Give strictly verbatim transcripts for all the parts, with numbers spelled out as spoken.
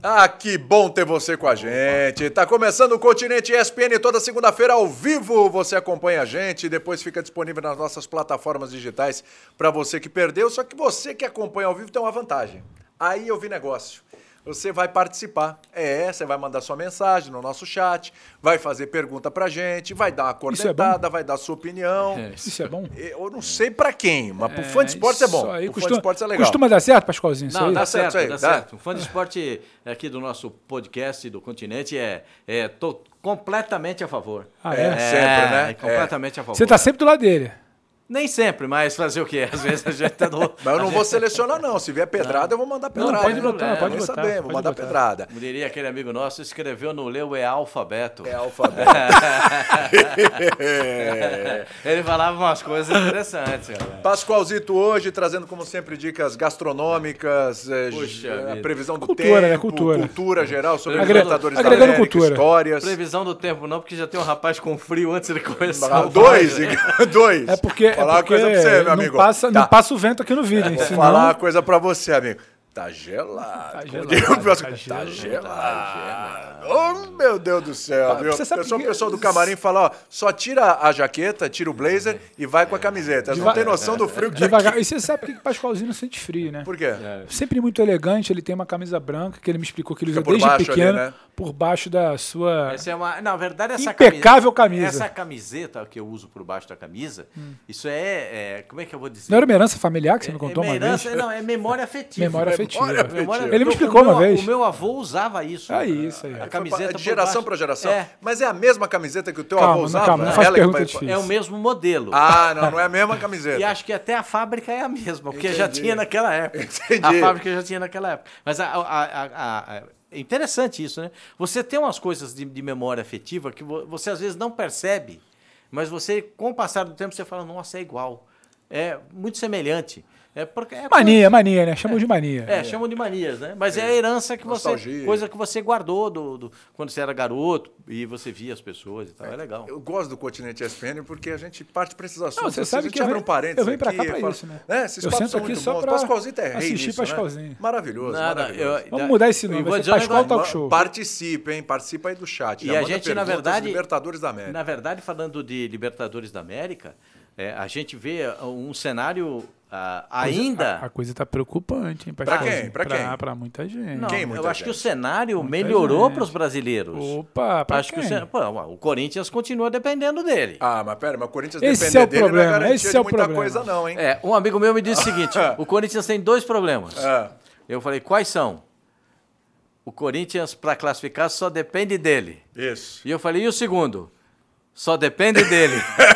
Ah, que bom ter você com a gente. Tá começando o Continente E S P N toda segunda-feira ao vivo. Você acompanha a gente e depois fica disponível nas nossas plataformas digitais para você que perdeu. Só que você que acompanha ao vivo tem uma vantagem. Aí eu vi negócio. Você vai participar. É, você vai mandar sua mensagem no nosso chat, vai fazer pergunta pra gente, vai dar uma cornetada, é vai dar sua opinião. É, isso é bom? Eu não sei pra quem, mas pro é, fã de esportes é bom. Aí, o costuma, fã de esportes é legal. Costuma dar certo, Pascoalzinho? Não, aí? dá certo, certo, dá dá certo. O fã de esporte aqui do nosso podcast do Continente é, é tô completamente a favor. Ah, é? é sempre, né? É, completamente é. a favor. Você tá sempre do lado dele. Nem sempre, mas fazer o quê? Às vezes a gente tá do... Mas eu não vou selecionar, não. Se vier pedrada, não. eu vou mandar pedrada. Não, pode botar, pode Vamos botar. saber, pode vou mandar botar. pedrada. Como diria aquele amigo nosso, escreveu no Leu é alfabeto. É alfabeto. Ele falava umas coisas interessantes. Cara. Pascoalzito hoje, trazendo, como sempre, dicas gastronômicas, Puxa a vida. previsão do Cultura, tempo, né? Cultura. cultura geral sobre Agre... Libertadores da Agregando América, cultura. histórias. Previsão do tempo não, porque já tem um rapaz com frio antes de começar. Ah, dois, dois. É porque, falar é porque uma coisa pra você, meu não, amigo. passa, Tá. não passa o vento aqui no vídeo. Vou senão... falar uma coisa pra você, amigo. Tá gelado. Tá Como gelado, diria o tá próximo. gelado. Tá gelado. Oh, meu Deus do céu, viu? Você sabe Só o que- pessoal do camarim fala, ó, só tira a jaqueta, tira o blazer e vai com a camiseta. Eles não Deva- têm noção do frio que tá Devagar. aqui. E você sabe por que o Pascoalzinho não sente frio, né? Por quê? Sempre muito elegante, ele tem uma camisa branca, que ele me explicou que ele usa Fica por desde baixo pequeno, ali, né? por baixo da sua... Essa é uma, na verdade, essa Impecável camisa. Essa camiseta que eu uso por baixo da camisa, hum. isso é, é. Como é que eu vou dizer? Não era uma herança familiar que você é, me contou é uma herança, vez? Não, é memória afetiva. Memória afetiva. Memória afetiva. Ele me o explicou meu, uma vez. O meu avô usava isso. É isso aí. A camiseta de geração para geração. É. Mas é a mesma camiseta que o teu Calma, avô não, usava? calma, não faz Ela que pergunta vai- difícil. É o mesmo modelo. Ah, não, não é a mesma camiseta. E acho que até a fábrica é a mesma, porque já Entendi. tinha naquela época. Entendi. A fábrica já tinha naquela época. Mas a, a, a, a, a, é interessante isso, né? Você tem umas coisas de, de memória afetiva que vo, você às vezes não percebe, mas você, com o passar do tempo, você fala, nossa, é igual. É muito semelhante. É porque, é Mania, mania, né? Chamam de mania. É, chamam de manias, né? Mas é, a herança que você... Nostalgia. Coisa que você guardou do, do, quando você era garoto e você via as pessoas e tal. É, legal. Eu gosto do Continente E S P N porque a gente parte para esses assuntos. Não, você assim, sabe a gente que eu abre venho- um parênteses eu venho pra aqui cá pra e fala- isso, né? né? Esses Eu papos sento são aqui muito só bons. pra Pascoalzinho é rei assistir nisso, Pascoalzinho. né? Maravilhoso, Nada, maravilhoso. eu- Vamos mudar esse Eu nome, vou vai ser dizer um Pascoal negócio. Talk Show. Participa, hein? Participa aí do chat. E Já a manda gente, na perguntas verdade... Libertadores da América. Na verdade, falando de Libertadores da América, é, a gente vê um cenário ah, ainda... A, a coisa tá preocupante, hein, Pra Pascoalzinho? quem? Pra quem? Pra muita gente. Não, Quem, eu muita acho que o gente? cenário Muita melhorou gente. para os brasileiros. Opa, pra acho quem? que o, cen- pô, o Corinthians continua dependendo dele. Ah, mas pera, mas o Corinthians Esse depender é o dele não problema, é garantia esse de é o muita problema. coisa não, hein? É, um amigo meu me disse o seguinte, o Corinthians tem dois problemas. É. Eu falei, quais são? O Corinthians, para classificar, só depende dele. Isso. E eu falei, e o segundo? Só depende dele.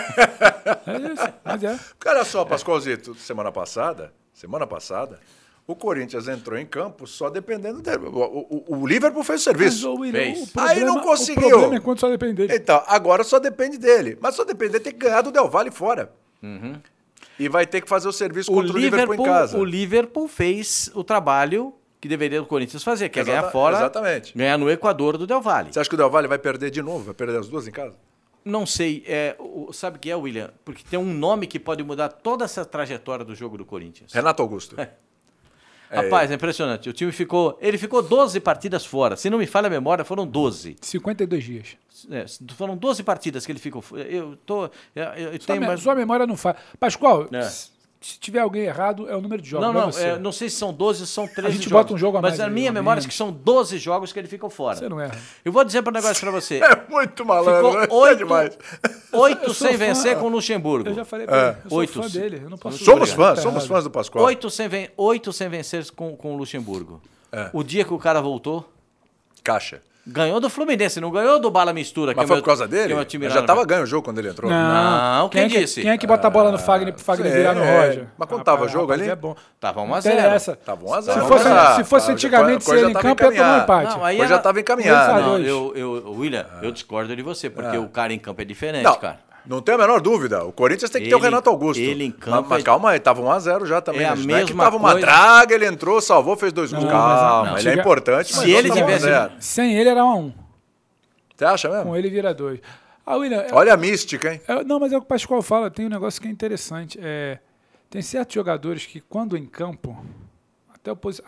É isso, mas é. Porque olha só, Pascoalzito, semana passada, semana passada, o Corinthians entrou em campo só dependendo dele. O, o, o Liverpool fez o Mas, serviço. ô, William, Fez. o problema, Aí não conseguiu. O problema é quando só depende dele. Então, agora só depende dele. Mas só depende dele, tem que ganhar do Del Valle fora. E vai ter que fazer o serviço o, contra o Liverpool, Liverpool, em casa. o Liverpool fez o trabalho que deveria o Corinthians fazer, que é Exata- ganhar fora, exatamente. ganhar no Equador do Del Valle. Você acha que o Del Valle vai perder de novo? Vai perder as duas em casa? Não sei, é, o- sabe o que é, William? Porque tem um nome que pode mudar toda essa trajetória do jogo do Corinthians. Renato Augusto. É. Rapaz, é impressionante. O time ficou. Ele ficou doze partidas fora. Se não me falha a memória, foram doze. cinquenta e dois dias. É, foram doze partidas que ele ficou. fo- Eu tô. Eu, eu Sua, tenho me- mais. sua memória não faz. Pascoal, É. se, se tiver alguém errado, é o número de jogos. Não, não, é não, você. é, não sei se são doze ou são treze gente jogos. bota um jogo a Mas mais a aí, minha ou memória é menos. que são doze jogos que ele ficou fora. Você não erra. Eu vou dizer para um negócio para você. É muito malandro, né? Ficou É oito, demais. oito Eu sou sem fã. vencer com o Luxemburgo. Eu já falei pra ele, eu sou Oito, fã sim. dele. Eu não posso Somos dizer fãs, que tá somos errado. fãs do Pascoal. Oito sem, ven- oito sem vencer com, com o Luxemburgo. É. O dia que o cara voltou, Caixa. ganhou do Fluminense, não ganhou do Bala Mistura. Mas que é foi meu- por causa que é dele? meu time Ele lá já no- tava ganho o jogo quando ele entrou. Não, quem é que- disse? Quem é que bota a bola no Fagner pro Fagner sei, virar no é. Roger? Mas quando tava o jogo rapaz, ali? É bom. Tava um a Não zero. interessa. Tava um a zero. Se fosse, Ah, se fosse a antigamente, se coisa ele em tava campo, ia tomar um encaminhada. empate. Não, aí Coisa era- tava Dois a encaminhada. Não, dois. eu, eu, William, eu discordo de você, porque o cara em campo é diferente, Não, cara. não tem a menor dúvida. O Corinthians tem que ter o Ele- Renato Augusto. ele em campo Mas, mas é- calma aí, tava um a zero já também. É a né? Não é que mesma tava uma coisa- draga, ele entrou, salvou, fez dois gols. Não, Calma, mas não, ele se é ele- importante, mas se ele não tava um a tivesse- zero. Sem ele era um a um. Você acha mesmo? Com ele vira dois. Ah, William, é- Olha a mística, hein? é- não, mas é o que o Pascoal fala, tem um negócio que é interessante. É, tem certos jogadores que, quando em campo, até o posi- a,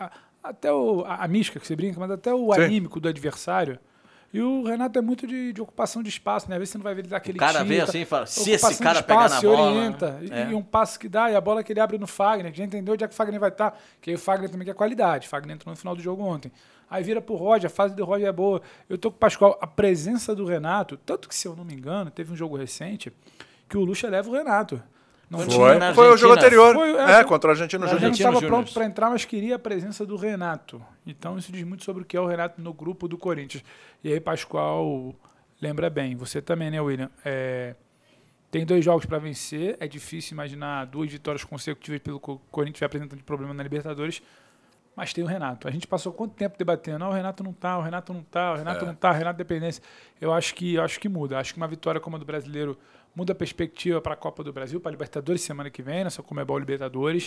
até o, a, a mística que você brinca, mas até o Sim. anímico do adversário. E o Renato é muito de, de ocupação de espaço, né? Às vezes você não vai ver ele dar aquele O cara tiro, vem tá- assim e fala, se ocupação esse de cara espaço, pegar na se bola... orienta. E, é. e um passe que dá, e a bola que ele abre no Fagner, que já entendeu onde é que o Fagner vai estar. Que aí o Fagner também quer qualidade. O Fagner entrou no final do jogo ontem. Aí vira pro Roger, a fase do Roger é boa. Eu tô com o Pascoal, a presença do Renato, tanto que, se eu não me engano, teve um jogo recente que o Lucha leva o Renato. Não Foi. tinha- Foi, na foi o jogo Argentina. anterior. Foi, é, é, contra o Argentino Ele Júnior. não Argentino estava Júnior. pronto para entrar, mas queria a presença do Renato. Então isso diz muito sobre o que é o Renato no grupo do Corinthians. E aí, Pascoal, lembra bem. Você também, né, William? É, tem dois jogos para vencer. É difícil imaginar duas vitórias consecutivas pelo Co- Corinthians vai apresentando de problema na Libertadores. Mas tem o Renato. A gente passou quanto tempo debatendo? Ah, o Renato não tá, o Renato não tá, o Renato É. não tá, o Renato dependência. Eu acho que, eu acho que muda. Acho que uma vitória como a do brasileiro muda a perspectiva para a Copa do Brasil, para a Libertadores semana que vem, nessa Comebol Libertadores.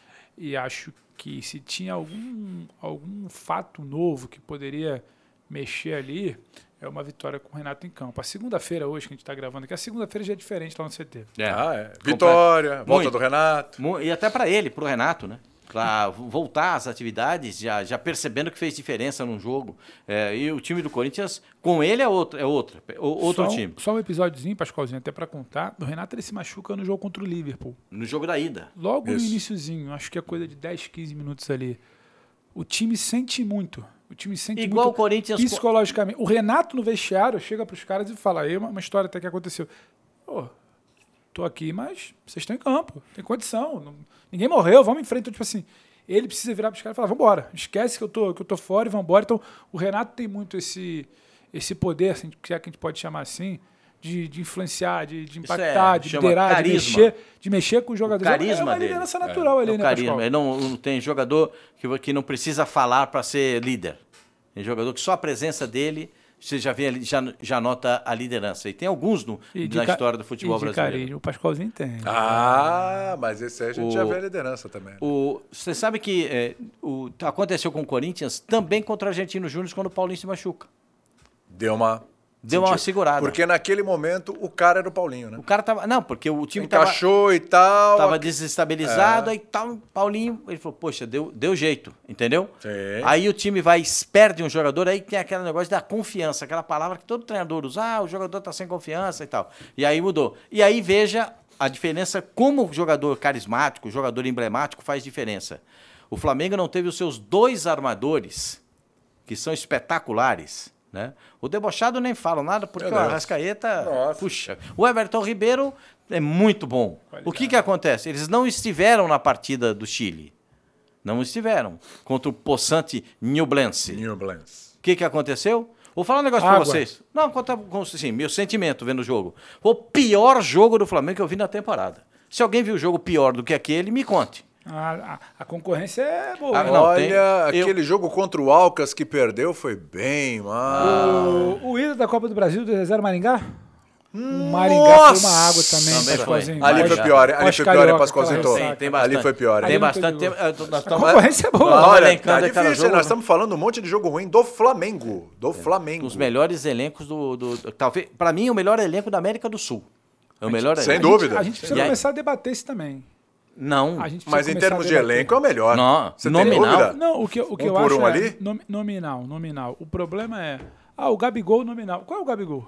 E acho que se tinha algum, algum fato novo que poderia mexer ali, é uma vitória com o Renato em campo. A segunda-feira hoje, que a gente está gravando aqui, a segunda-feira já é diferente lá no C T. É. Ah, é. Vitória, volta Muito. do Renato. Mu- E até para ele, para o Renato, né? Para voltar às atividades, já, já percebendo que fez diferença num jogo. É, e o time do Corinthians, com ele, é outro, é outro, é o- outro só um, time. Só um episódiozinho, Pascoalzinho, até para contar. O Renato ele se machuca no jogo contra o Liverpool. No jogo da ida. Logo Isso. no iniciozinho, acho que é coisa de dez, quinze minutos ali. O time sente muito. O time sente Igual muito o Corinthians... psicologicamente. O Renato no vestiário chega pros caras e fala, aí uma, uma história até que aconteceu. Pô, tô aqui, mas vocês estão em campo, tem condição. não- ninguém morreu, vamos em frente. Então, tipo assim, ele precisa virar pros caras e falar, vambora, esquece que eu tô, que eu tô fora e vambora. Então, o Renato tem muito esse, esse poder, assim, se é que a gente pode chamar assim, de, de influenciar, de, de impactar, é, de chama liderar, de carisma. mexer, de mexer com os jogadores. É uma- carisma é uma dele. liderança natural ali, É o né, carisma. Pascoal? Ele não, não tem jogador que, que não precisa falar para ser líder. Tem jogador que só a presença dele, você já vê ali, já, já nota a liderança. E tem alguns no, E de na ca- história do futebol e de brasileiro. carisma, o Pascoalzinho tem. Ah, mas esse aí a gente O- já vê a liderança também. O, você sabe que é, o, aconteceu com o Corinthians também contra o Argentino Júnior quando o Paulinho se machuca. Deu uma... Deu uma segurada. Porque naquele momento o cara era o Paulinho, né? O cara tava. Não, porque o time tava, Encaixou e tal. tava aqui- desestabilizado, É. aí tal, o Paulinho, ele falou, poxa, deu, deu jeito, entendeu? Sim. Aí o time vai, perde um jogador, aí tem aquele negócio da confiança, aquela palavra que todo treinador usa, ah, o jogador tá sem confiança e tal. E aí mudou. E aí veja a diferença, como o jogador carismático, o jogador emblemático faz diferença. O Flamengo não teve os seus dois armadores, que são espetaculares, né? O debochado nem fala nada, porque Meu o Deus. Arrascaeta, Nossa. puxa. O Everton Ribeiro é muito bom. O que que acontece? Eles não estiveram na partida do Chile. Não estiveram. Contra o Poçante Nublense. Newlands. O que que aconteceu? Vou falar um negócio pra Água. vocês. Não, conta com assim, meu sentimento vendo o jogo. Foi o pior jogo do Flamengo que eu vi na temporada. Se alguém viu o jogo pior do que aquele, me conte. A, a- a concorrência é boa. Ah, né? não, Olha, tem- eu- aquele jogo contra o Alcas que perdeu foi bem, mano. O, o ídolo da Copa do Brasil, dois a zero Maringá? O Maringá foi uma água também, Também Pascoalzinho. foi. Ali Mas- foi pior, ali Pós foi pior, hein, Carioca, Pascoalzinho? aquela Tô. ressaca. Tem bastante. Ali foi pior, hein? Tem Ali não bastante. teve Tem, gol. nós A estamos- concorrência é boa. Não, Olha, elencando tá aí cada difícil, jogo, nós né? estamos falando um monte de jogo ruim do Flamengo. Do Flamengo. Os melhores elencos do, do, do- talvez, para mim, o melhor elenco da América do Sul. É o melhor sem elenco. dúvida. A gente precisa E aí- começar a debater isso também. Não. A gente precisa Mas em começar termos a de debater. elenco é o melhor. Não, Você nominal. tem dúvida? Não, o que, o que Um eu por acho um é ali? nom- nominal, nominal. O problema é, ah, o Gabigol nominal. Qual é o Gabigol?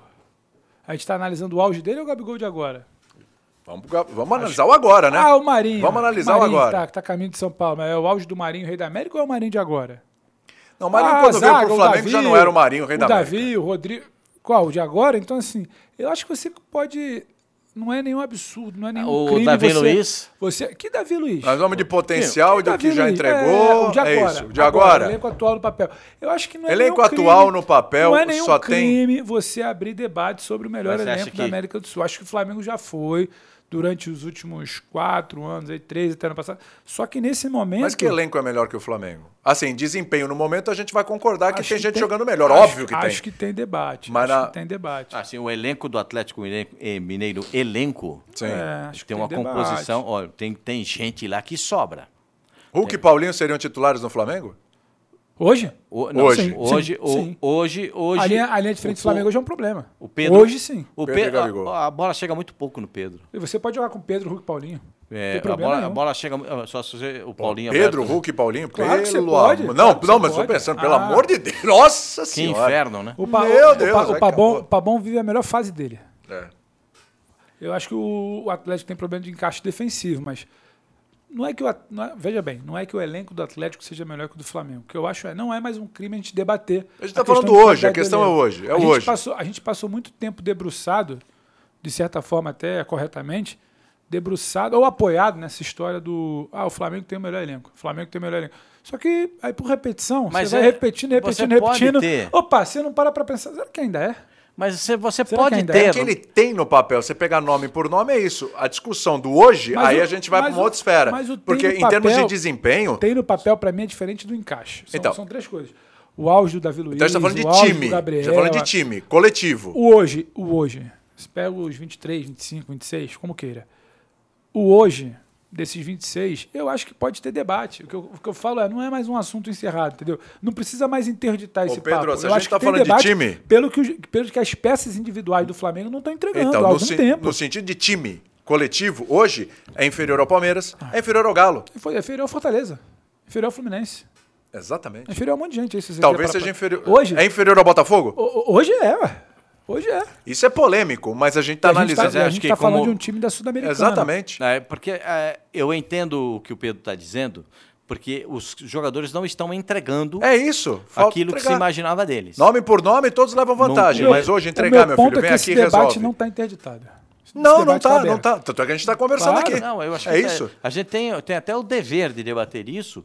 A gente está analisando o auge dele ou o Gabigol de agora? Vamos, pro- vamos analisar o agora, né? Ah, o Marinho. Vamos analisar o Marinho, agora. Tá, que tá caminho de São Paulo. Mas é o auge do Marinho, rei da América, ou é o Marinho de agora? Não, o Marinho, Ah, quando veio zaga, pro o Flamengo, Davi, já não era o Marinho, o rei o da Davi, América. o Rodrigo. Qual? O de agora? Então, assim, eu acho que você pode. Não é nenhum absurdo, não é nenhum O crime. Davi você, Luiz? Você, que Davi Luiz? Nós vamos de potencial e do Davi que já Luiz? entregou. É, o de agora. É isso, o de agora. Elenco atual no papel. Eu acho que não é Elenco nenhum crime, atual no papel não é nenhum só tem- crime você abrir debate sobre o melhor Mas você acha elenco da que- América do Sul. Acho que o Flamengo já foi durante os últimos quatro anos, aí, três até ano passado. Só que nesse momento. Mas que elenco é melhor que o Flamengo? Assim, desempenho no momento a gente vai concordar que acho tem gente tem- jogando melhor. acho- Óbvio que tem. Acho que tem debate. Mas acho na- que tem debate. Assim, o elenco do Atlético Mineiro, eh, Mineiro elenco, Sim. É, acho que tem uma debate. composição, olha, tem, tem gente lá que sobra. Hulk e Paulinho seriam titulares no Flamengo? Hoje? O- não, Hoje. sim, hoje, Sim, o- sim. hoje, hoje. A linha, a linha de frente o- do Flamengo hoje é um problema. O Pedro, Hoje sim. O Pedro e Pedro, Gabigol. a, a bola chega muito pouco no Pedro. E você pode jogar com Pedro, Hulk e Paulinho. É, Tem a, bola, nenhum. a bola chega. Só se o Paulinho. Pedro, aberto. Hulk e Paulinho, Claro que você pelo pode, amor. claro Não, que não, você mas tô pode. pensando, pelo Ah. amor de Deus. Nossa Que senhora. inferno, né? O, pa, Meu o, Deus, o, pa, aí o, Pabon, acabou. o Pabon vive a melhor fase dele. É. Eu acho que o, o Atlético tem problema de encaixe defensivo, mas não é que o, At- não é- veja bem, não é que o elenco do Atlético seja melhor que o do Flamengo. O que eu acho é, não é mais um crime a gente debater. A gente tá questão falando de hoje, a qualidade do questão é elenco. hoje, é a o gente hoje. Passou, a gente passou muito tempo debruçado, de certa forma até corretamente, debruçado ou apoiado nessa história do ah, o Flamengo tem o melhor elenco, o Flamengo tem o melhor elenco. Só que aí por repetição, Mas você vai é- repetindo, você repetindo, pode repetindo. ter. Opa, você não para pra pensar, será que ainda é? Mas você, você Será pode que ainda ter. O que ele tem no papel, você pegar nome por nome, é isso. A discussão do hoje, Mas aí o- a gente vai para mas uma o- outra esfera. mas o tem Porque no em termos de papel- desempenho, Tem no papel, pra mim, é diferente do encaixe. São, Então. são três coisas. O auge do Davi Luiz, então a gente tá falando de o auge time. do Gabriel. A gente tá falando de time, coletivo. O hoje, o hoje. Você pega os vinte e três, vinte e cinco, vinte e seis, como queira. O hoje, desses vinte e seis, eu acho que pode ter debate. O que eu, o que eu falo é, não é mais um assunto encerrado, entendeu? Não precisa mais interditar esse Pedro, papo. se Eu a gente acho tá que tem falando de debate time- Pelo que, os- pelo que as peças individuais do Flamengo não estão entregando Então, há no, algum sen- tempo. no sentido de time coletivo, hoje é inferior ao Palmeiras, é inferior ao Galo. Foi é inferior ao Fortaleza, inferior ao Fluminense, Exatamente. é inferior a um monte de gente. Aí, se você Talvez quer seja parar pra- inferior. Hoje, É inferior ao Botafogo? ho- hoje é, ué. Hoje é. Isso é polêmico, mas a gente tá E a gente tá, analisando. e a acho gente que tá falando como- de um time da Sul-Americana. Exatamente. É, porque é, eu entendo o que o Pedro está dizendo, porque os jogadores não estão entregando É isso. Falta aquilo que se entregar. imaginava deles. Nome por nome, todos levam vantagem. Não- mas hoje O entregar, meu meu ponto filho, é vem que aqui e esse debate resolve. não está interditado. Esse Não, não debate tá, aberto. não tá. Tanto é que a gente tá conversando Claro. aqui. Não, eu acho é que isso. A gente tem, tem até o dever de debater isso.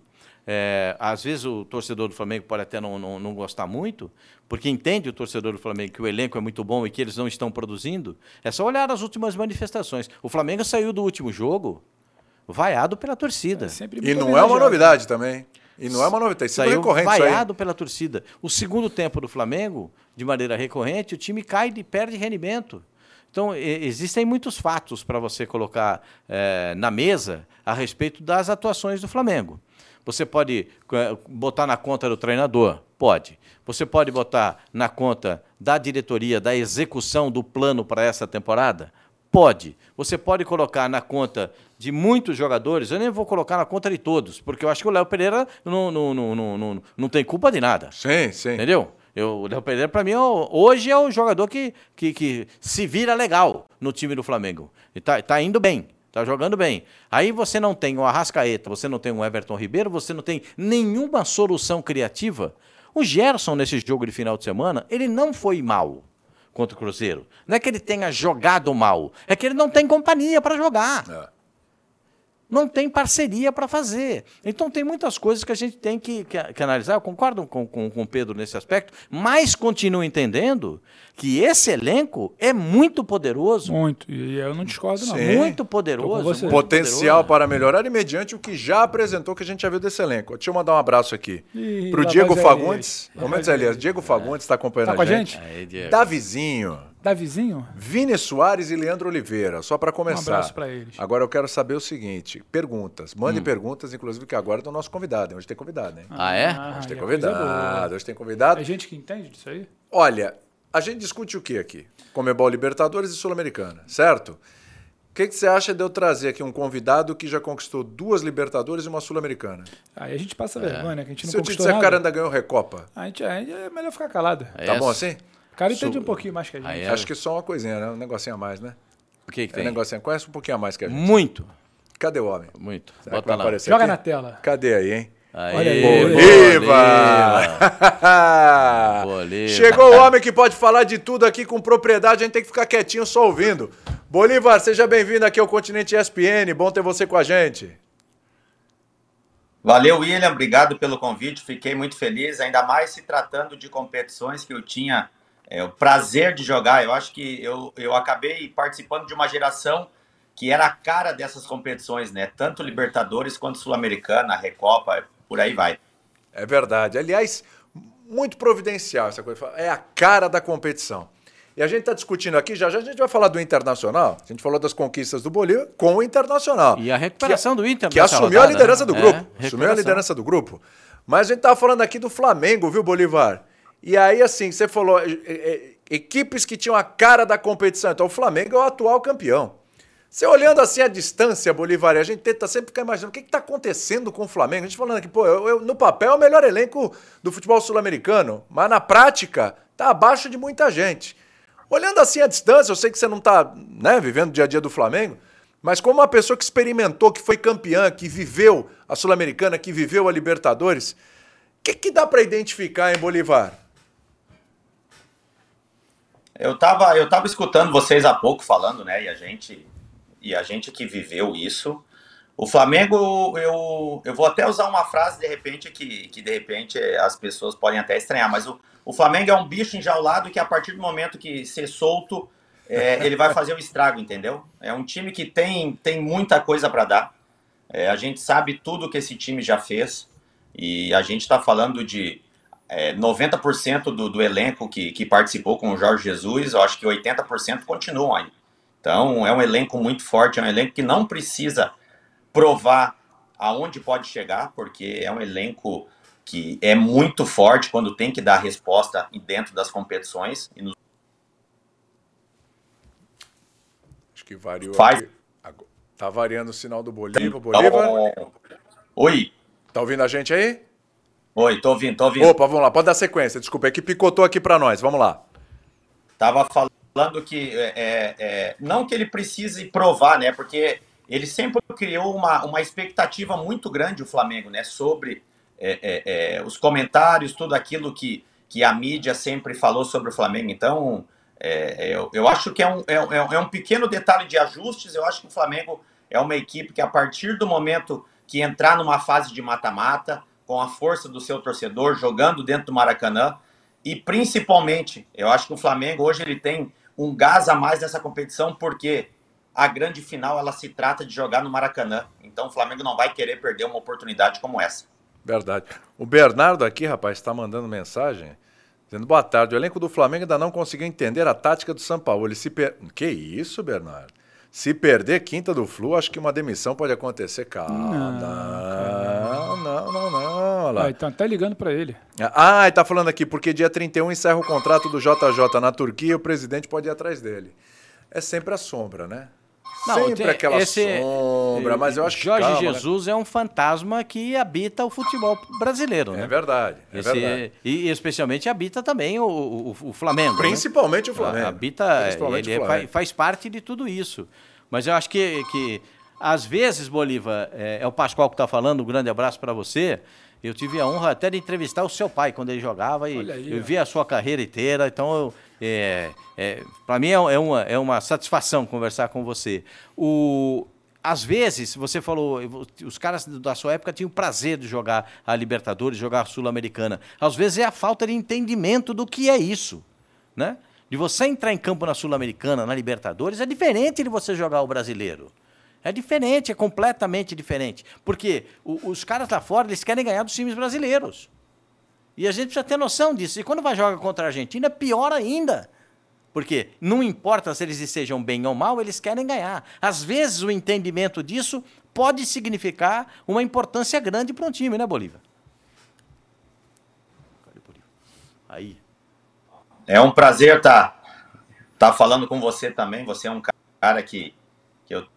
É, às vezes o torcedor do Flamengo pode até não, não, não gostar muito, porque entende o torcedor do Flamengo que o elenco é muito bom e que eles não estão produzindo. É só olhar as últimas manifestações. O Flamengo saiu do último jogo vaiado pela torcida. É sempre E muito não é uma homenageado. novidade também. E não é uma novidade. Isso é Saiu recorrente isso aí. vaiado pela torcida. O segundo tempo do Flamengo, de maneira recorrente, o time cai e perde rendimento. Então, e- existem muitos fatos para você colocar eh, na mesa a respeito das atuações do Flamengo. Você pode eh, botar na conta do treinador? Pode. Você pode botar na conta da diretoria, da execução do plano para essa temporada? Pode. Você pode colocar na conta de muitos jogadores, eu nem vou colocar na conta de todos, porque eu acho que o Léo Pereira não, não, não, não, não, não tem culpa de nada. Sim, sim. Entendeu? Eu, o Léo Pereira, para mim, é o- hoje é o jogador que, que, que se vira legal no time do Flamengo. E tá, tá indo bem, tá jogando bem. Aí você não tem o Arrascaeta, você não tem o Everton Ribeiro, você não tem nenhuma solução criativa. O Gerson, nesse jogo de final de semana, ele não foi mal contra o Cruzeiro. Não é que ele tenha jogado mal, é que ele não tem companhia para jogar. É. Não tem parceria para fazer. Então, tem muitas coisas que a gente tem que, que, que analisar. Eu concordo com, com, com o Pedro nesse aspecto, mas continuo entendendo que esse elenco é muito poderoso. Muito. E eu não discordo, não. Sim. Muito Tô com poderoso. você. muito Potencial poderoso. para melhorar e mediante o que já apresentou que a gente já viu desse elenco. Deixa eu mandar um abraço aqui. Ih, Pro lá Diego vai Zé Fagundes. Elias. Lá Momentos vai Zé Elias. Diego Fagundes está acompanhando Tá com a a gente. gente? Aí, Diego. Davizinho, Davizinho? Vini Soares e Leandro Oliveira. Só para começar. Um abraço pra eles. Agora eu quero saber o seguinte. Perguntas. Mande Hum. perguntas, inclusive, que agora é do nosso convidado. hein? Hoje tem convidado, hein? Ah, é? Hoje tem é coisa boa. convidado. Hoje tem convidado. É gente que entende disso aí? Olha, a gente discute o que aqui? Comebol Libertadores e Sul-Americana, certo? O que, que você acha de eu trazer aqui um convidado que já conquistou duas Libertadores e uma Sul-Americana? Aí a gente passa vergonha, né? Que a gente não Se eu te conquistou disser que o nada. cara ainda ganhou Recopa, A gente, a gente é melhor ficar calado. É tá essa? bom assim? O cara entende Su- um pouquinho mais que a gente. Aí é. Acho que só uma coisinha, né? Um negocinho a mais, né? O que, que É um tem? negocinho. Conhece um pouquinho a mais que a gente. Muito. Cadê o homem? Muito. Será que Bota vai lá. aparecer Joga aqui? na tela. Cadê aí, hein? Aí, Olha aí. Bolívar! Bolívar. Chegou o homem que pode falar de tudo aqui com propriedade, a gente tem que ficar quietinho só ouvindo. Bolívar, seja bem-vindo aqui ao Continente E S P N, bom ter você com a gente. Valeu, William, obrigado pelo convite, fiquei muito feliz, ainda mais se tratando de competições que eu tinha é, o prazer de jogar. Eu acho que eu, eu acabei participando de uma geração que era a cara dessas competições, né? Tanto Libertadores quanto Sul-Americana, Recopa, por aí vai. É verdade. Aliás, muito providencial essa coisa. É a cara da competição. E a gente está discutindo aqui, já já a gente vai falar do Internacional. A gente falou das conquistas do Bolívar com o Internacional. E a recuperação do Inter. Que nessa assumiu a rodada, liderança né? do É, grupo. Assumiu a recuperação. liderança do grupo. Mas a gente estava falando aqui do Flamengo, viu, Bolívar? E aí, assim, você falou, é, é, equipes que tinham a cara da competição. Então, o Flamengo é o atual campeão. Você olhando assim à distância, Bolívar, a gente tenta sempre ficar imaginando o que está acontecendo com o Flamengo. A gente falando aqui, pô, eu, eu, no papel é o melhor elenco do futebol sul-americano, mas na prática tá abaixo de muita gente. Olhando assim à distância, eu sei que você não está, né, vivendo o dia a dia do Flamengo, mas como uma pessoa que experimentou, que foi campeã, que viveu a Sul-Americana, que viveu a Libertadores, o que, que dá para identificar em Bolívar? Eu estava eu tava escutando vocês há pouco falando, né, e a gente... E a gente que viveu isso, o Flamengo, eu, eu vou até usar uma frase de repente que, que de repente as pessoas podem até estranhar, mas o, o Flamengo é um bicho enjaulado que a partir do momento que ser solto, é, ele vai fazer o estrago, entendeu? É um time que tem, tem muita coisa para dar, é, a gente sabe tudo que esse time já fez, e a gente está falando de é, noventa por cento do, do elenco que, que participou com o Jorge Jesus, eu acho que oitenta por cento continuam aí. Então, é um elenco muito forte, é um elenco que não precisa provar aonde pode chegar, porque é um elenco que é muito forte quando tem que dar resposta dentro das competições. E nos... Acho que variou Faz... aqui. Tá variando o sinal do Bolívar. Bolívar? Então... Oi. Tá ouvindo a gente aí? Oi, tô ouvindo, tô ouvindo. Opa, vamos lá, pode dar sequência. Desculpa, é que picotou aqui para nós. Vamos lá. Tava falando... falando que, é, é, não que ele precise provar, né, porque ele sempre criou uma, uma expectativa muito grande, o Flamengo, né, sobre é, é, é, os comentários, tudo aquilo que, que a mídia sempre falou sobre o Flamengo. Então, é, eu, eu acho que é um, é, é um pequeno detalhe de ajustes. Eu acho que o Flamengo é uma equipe que, a partir do momento que entrar numa fase de mata-mata, com a força do seu torcedor, jogando dentro do Maracanã, e principalmente, eu acho que o Flamengo hoje ele tem um gás a mais nessa competição, porque a grande final ela se trata de jogar no Maracanã. Então o Flamengo não vai querer perder uma oportunidade como essa. Verdade. O Bernardo aqui, rapaz, está mandando mensagem dizendo: boa tarde, o elenco do Flamengo ainda não conseguiu entender a tática do Sampaoli. Ele se per... Que isso, Bernardo? Se perder quinta do Flu, acho que uma demissão pode acontecer. Calma. Não, não, não, não. Olha lá. Ah, então até ligando para ele. Ah, ele tá falando aqui, porque dia trinta e um encerra o contrato do J J na Turquia e o presidente pode ir atrás dele. É sempre a sombra, né? Não, sempre tem, aquela esse, sombra, mas eu acho que Jorge calma, Jesus né? é um fantasma que habita o futebol brasileiro, né? É verdade, é esse, verdade. E especialmente habita também o, o, o Flamengo. Principalmente né? o Flamengo. Habita, Principalmente ele o Flamengo. Faz, faz parte de tudo isso. Mas eu acho que, que às vezes, Bolívar, é, é o Pascoal que está falando, um grande abraço para você. Eu tive a honra até de entrevistar o seu pai quando ele jogava e aí, eu vi a sua carreira inteira, então eu, é, é, para mim é, é, uma, é uma satisfação conversar com você. O, às vezes, você falou, os caras da sua época tinham prazer de jogar a Libertadores, jogar a Sul-Americana. Às vezes é a falta de entendimento do que é isso, né? De você entrar em campo na Sul-Americana, na Libertadores, é diferente de você jogar o brasileiro. É diferente, é completamente diferente. Porque o, os caras lá fora, eles querem ganhar dos times brasileiros. E a gente precisa ter noção disso. E quando vai jogar contra a Argentina, é pior ainda. Porque não importa se eles estejam bem ou mal, eles querem ganhar. Às vezes, o entendimento disso pode significar uma importância grande para um time, né, Bolívar? Aí. É um prazer estar tá, tá falando com você também. Você é um cara que, que eu...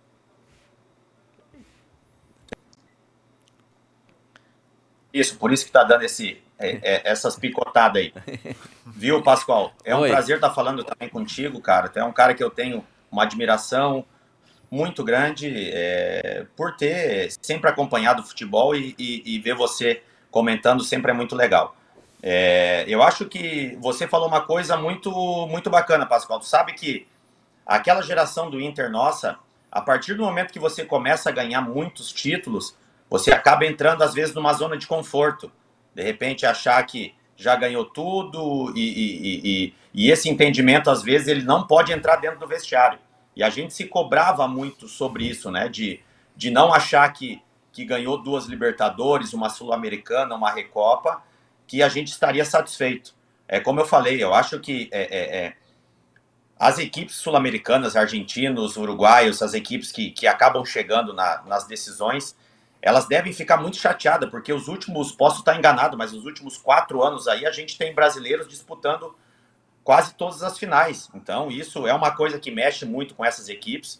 Isso, por isso que está dando esse, é, é, essas picotadas aí. Viu, Pascoal? É um Oi. prazer estar falando também contigo, cara. Tu é um cara que eu tenho uma admiração muito grande é, por ter sempre acompanhado o futebol e, e, e ver você comentando sempre é muito legal. É, eu acho que você falou uma coisa muito, muito bacana, Pascoal. Tu sabe que aquela geração do Inter nossa, a partir do momento que você começa a ganhar muitos títulos, você acaba entrando, às vezes, numa zona de conforto. De repente, achar que já ganhou tudo e, e, e, e esse entendimento, às vezes, ele não pode entrar dentro do vestiário. E a gente se cobrava muito sobre isso, né? De, de não achar que, que ganhou duas Libertadores, uma Sul-Americana, uma Recopa, que a gente estaria satisfeito. É como eu falei, eu acho que é, é, é, as equipes sul-americanas, argentinos, uruguaios, as equipes que, que acabam chegando na, nas decisões, elas devem ficar muito chateadas, porque os últimos, posso estar enganado, mas os últimos quatro anos aí a gente tem brasileiros disputando quase todas as finais. Então isso é uma coisa que mexe muito com essas equipes.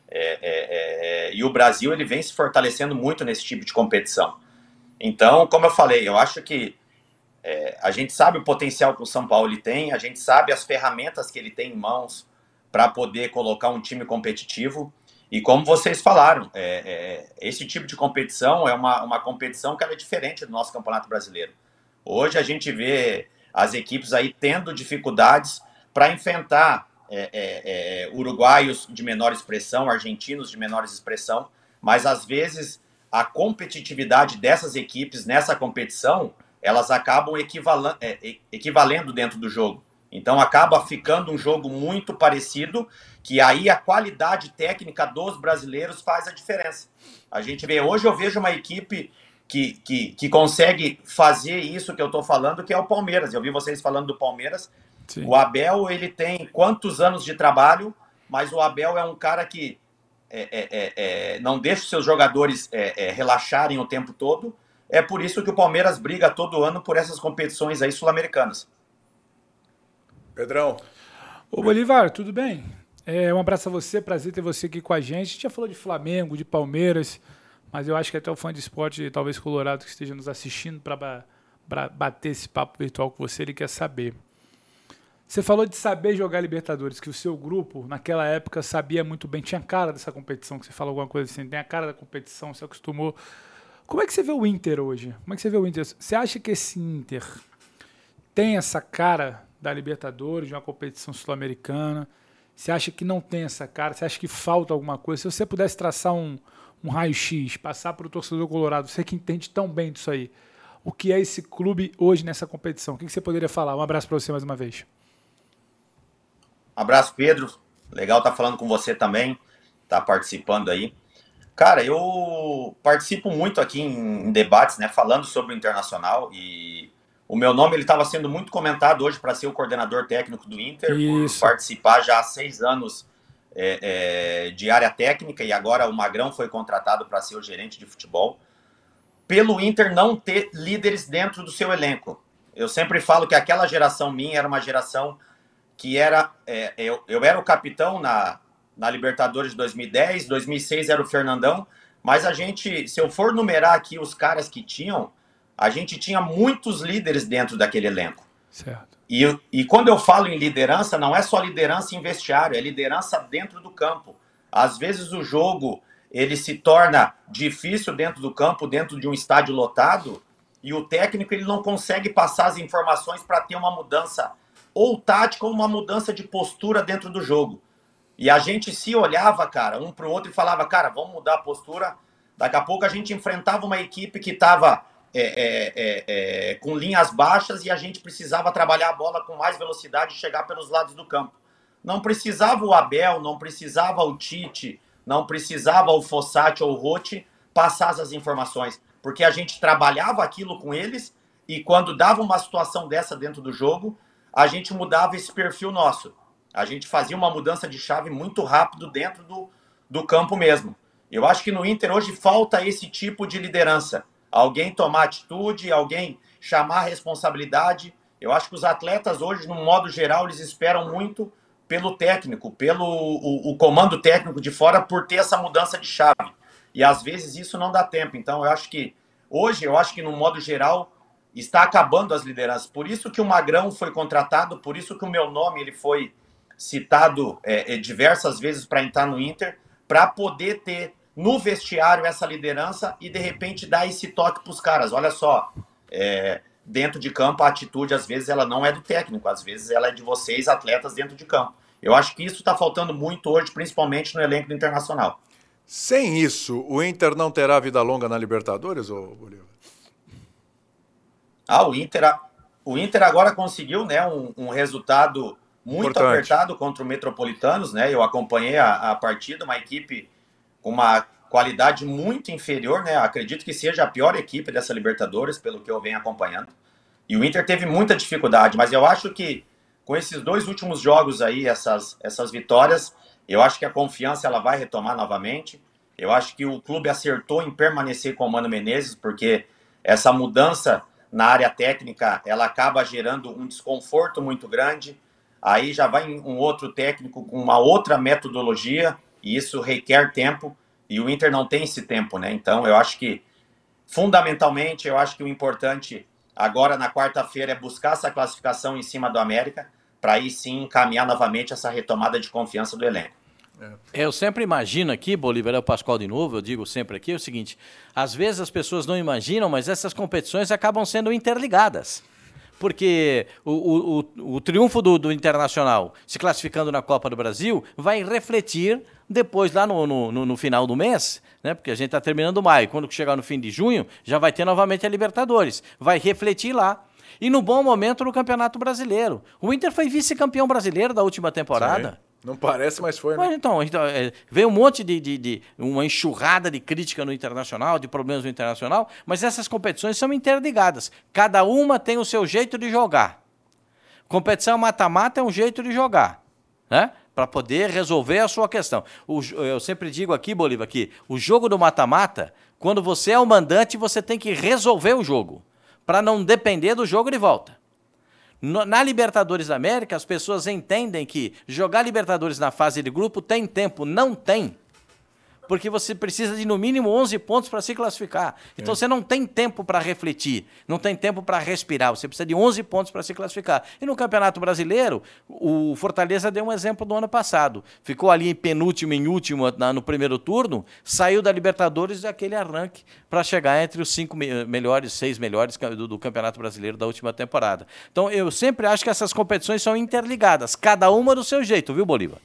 É, é, é, e o Brasil ele vem se fortalecendo muito nesse tipo de competição. Então, como eu falei, eu acho que é, a gente sabe o potencial que o São Paulo ele tem, a gente sabe as ferramentas que ele tem em mãos para poder colocar um time competitivo. E como vocês falaram, é, é, esse tipo de competição é uma, uma competição que ela é diferente do nosso Campeonato Brasileiro. Hoje a gente vê as equipes aí tendo dificuldades para enfrentar é, é, é, uruguaios de menor expressão, argentinos de menor expressão, mas às vezes a competitividade dessas equipes nessa competição, elas acabam equivalendo, é, equivalendo dentro do jogo. Então acaba ficando um jogo muito parecido, que aí a qualidade técnica dos brasileiros faz a diferença. A gente vê, hoje eu vejo uma equipe que, que, que consegue fazer isso que eu estou falando, que é o Palmeiras. Eu vi vocês falando do Palmeiras. Sim. O Abel, ele tem quantos anos de trabalho, mas o Abel é um cara que é, é, é, não deixa os seus jogadores é, é, relaxarem o tempo todo. É por isso que o Palmeiras briga todo ano por essas competições aí sul-americanas. Pedrão. Ô Bolivar, tudo bem? É, um abraço a você, prazer ter você aqui com a gente. A gente já falou de Flamengo, de Palmeiras, mas eu acho que até o fã de esporte, talvez colorado, que esteja nos assistindo para bater esse papo virtual com você, ele quer saber. Você falou de saber jogar Libertadores, que o seu grupo, naquela época, sabia muito bem, tinha cara dessa competição, que você falou alguma coisa assim, tem a cara da competição, se acostumou. Como é que você vê o Inter hoje? Como é que você vê o Inter? Você acha que esse Inter tem essa cara da Libertadores, de uma competição sul-americana? Você acha que não tem essa cara? Você acha que falta alguma coisa? Se você pudesse traçar um, um raio-x, passar para o torcedor colorado, você que entende tão bem disso aí, o que é esse clube hoje nessa competição? O que você poderia falar? Um abraço para você mais uma vez. Um abraço, Pedro. Legal estar falando com você também, estar participando aí. Cara, eu participo muito aqui em, em debates, né, falando sobre o Internacional, e o meu nome ele estava sendo muito comentado hoje para ser o coordenador técnico do Inter, Isso. por participar já há seis anos é, é, de área técnica, e agora o Magrão foi contratado para ser o gerente de futebol, pelo Inter não ter líderes dentro do seu elenco. Eu sempre falo que aquela geração minha era uma geração que era... É, eu, eu era o capitão na... na Libertadores de dois mil e dez, dois mil e seis era o Fernandão, mas a gente, se eu for numerar aqui os caras que tinham, a gente tinha muitos líderes dentro daquele elenco. Certo. E, e quando eu falo em liderança, não é só liderança em vestiário, é liderança dentro do campo. Às vezes o jogo, ele se torna difícil dentro do campo, dentro de um estádio lotado, e o técnico ele não consegue passar as informações para ter uma mudança, ou tática, ou uma mudança de postura dentro do jogo. E a gente se olhava, cara, um pro outro e falava, cara, vamos mudar a postura. Daqui a pouco a gente enfrentava uma equipe que estava é, é, é, é, com linhas baixas e a gente precisava trabalhar a bola com mais velocidade e chegar pelos lados do campo. Não precisava o Abel, não precisava o Tite, não precisava o Fossati ou o Rotti passar as informações, porque a gente trabalhava aquilo com eles e quando dava uma situação dessa dentro do jogo, a gente mudava esse perfil nosso. A gente fazia uma mudança de chave muito rápido dentro do, do campo mesmo. Eu acho que no Inter hoje falta esse tipo de liderança. Alguém tomar atitude, alguém chamar a responsabilidade. Eu acho que os atletas hoje, no modo geral, eles esperam muito pelo técnico, pelo o, o comando técnico de fora, por ter essa mudança de chave. E às vezes isso não dá tempo. Então eu acho que hoje, eu acho que no modo geral, está acabando as lideranças. Por isso que o Magrão foi contratado, por isso que o meu nome ele foi citado é, é, diversas vezes para entrar no Inter, para poder ter no vestiário essa liderança e de repente dar esse toque para os caras. Olha só, é, dentro de campo a atitude às vezes ela não é do técnico, às vezes ela é de vocês, atletas dentro de campo. Eu acho que isso está faltando muito hoje, principalmente no elenco do Internacional. Sem isso, o Inter não terá vida longa na Libertadores, ô Bolívar? Ah, o Inter, o Inter agora conseguiu, né, um, um resultado muito Importante. apertado contra o Metropolitanos, né? Eu acompanhei a, a partida, uma equipe com uma qualidade muito inferior, né? Acredito que seja a pior equipe dessa Libertadores, pelo que eu venho acompanhando. E o Inter teve muita dificuldade, mas eu acho que com esses dois últimos jogos aí, essas, essas vitórias, eu acho que a confiança ela vai retomar novamente. Eu acho que o clube acertou em permanecer com o Mano Menezes, porque essa mudança na área técnica, ela acaba gerando um desconforto muito grande. Aí já vai um outro técnico com uma outra metodologia. e isso requer tempo, e o Inter não tem esse tempo, né? Então, eu acho que, fundamentalmente, eu acho que o importante agora, na quarta-feira, é buscar essa classificação em cima do América, para aí sim encaminhar novamente essa retomada de confiança do elenco. É. Eu sempre imagino aqui, Bolívar, é o Pascoal de novo, eu digo sempre aqui, é o seguinte, às vezes as pessoas não imaginam, mas essas competições acabam sendo interligadas. Porque o, o, o, o triunfo do, do Internacional se classificando na Copa do Brasil vai refletir depois lá no, no, no final do mês, né? Porque a gente está terminando maio, quando chegar no fim de junho, já vai ter novamente a Libertadores. Vai refletir lá. E no bom momento no Campeonato Brasileiro. O Inter foi vice-campeão brasileiro da última temporada. Sim. Não parece, mas foi, né? Mas então, então é, veio um monte de, de, de... uma enxurrada de crítica no Internacional, de problemas no Internacional, mas essas competições são interligadas. Cada uma tem o seu jeito de jogar. Competição mata-mata é um jeito de jogar, né? Para poder resolver a sua questão. O, eu sempre digo aqui, Bolívar, que o jogo do mata-mata, quando você é o mandante, você tem que resolver o jogo, para não depender do jogo de volta. Na Libertadores da América, as pessoas entendem que jogar Libertadores na fase de grupo tem tempo. Não tem. Porque você precisa de, no mínimo, onze pontos para se classificar. Então, é. você não tem tempo para refletir, não tem tempo para respirar. Você precisa de onze pontos para se classificar. E no Campeonato Brasileiro, o Fortaleza deu um exemplo do ano passado. Ficou ali em penúltimo, em último na, no primeiro turno, saiu da Libertadores daquele arranque para chegar entre os cinco me- melhores, seis melhores do, do Campeonato Brasileiro da última temporada. Então, eu sempre acho que essas competições são interligadas, cada uma do seu jeito, viu, Bolívar?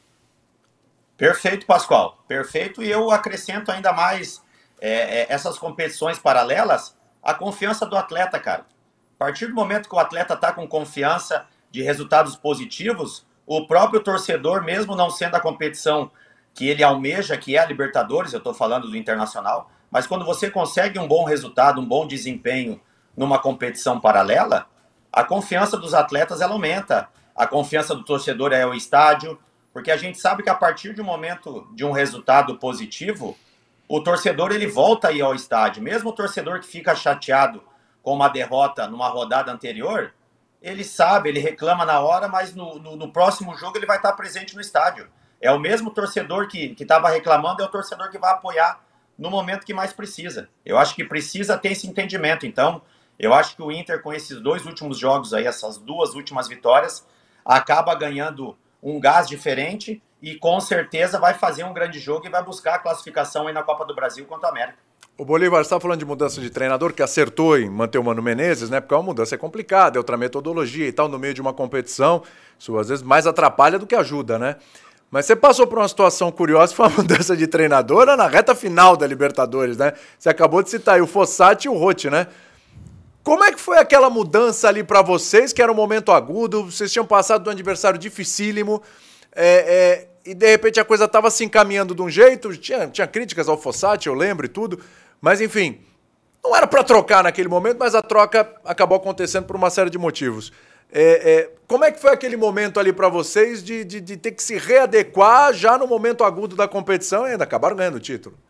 Perfeito, Pascoal. Perfeito. E eu acrescento ainda mais é, é, essas competições paralelas, a confiança do atleta, cara. A partir do momento que o atleta está com confiança de resultados positivos, o próprio torcedor, mesmo não sendo a competição que ele almeja, que é a Libertadores, eu estou falando do Internacional, mas quando você consegue um bom resultado, um bom desempenho numa competição paralela, a confiança dos atletas ela aumenta. A confiança do torcedor é o estádio, porque a gente sabe que a partir de um momento de um resultado positivo, o torcedor ele volta a ir ao estádio. Mesmo o torcedor que fica chateado com uma derrota numa rodada anterior, ele sabe, ele reclama na hora, mas no, no, no próximo jogo ele vai estar presente no estádio. É o mesmo torcedor que estava reclamando, é o torcedor que vai apoiar no momento que mais precisa. Eu acho que precisa ter esse entendimento. Então, eu acho que o Inter, com esses dois últimos jogos aí, essas duas últimas vitórias, acaba ganhando um gás diferente e com certeza vai fazer um grande jogo e vai buscar a classificação aí na Copa do Brasil contra a América. O Bolívar, você está falando de mudança de treinador, que acertou em manter o Mano Menezes, né? Porque uma mudança é complicada, é outra metodologia e tal, no meio de uma competição, isso às vezes mais atrapalha do que ajuda, né? Mas você passou por uma situação curiosa, foi uma mudança de treinador na reta final da Libertadores, né? Você acabou de citar aí o Fossati e o Rotti, né? Como é que foi aquela mudança ali para vocês, que era um momento agudo, vocês tinham passado de um adversário dificílimo, é, é, e de repente a coisa estava se encaminhando de um jeito, tinha, tinha críticas ao Fossati, eu lembro e tudo, mas enfim, não era para trocar naquele momento, mas a troca acabou acontecendo por uma série de motivos. É, é, como é que foi aquele momento ali para vocês de, de, de ter que se readequar já no momento agudo da competição e ainda acabaram ganhando o título?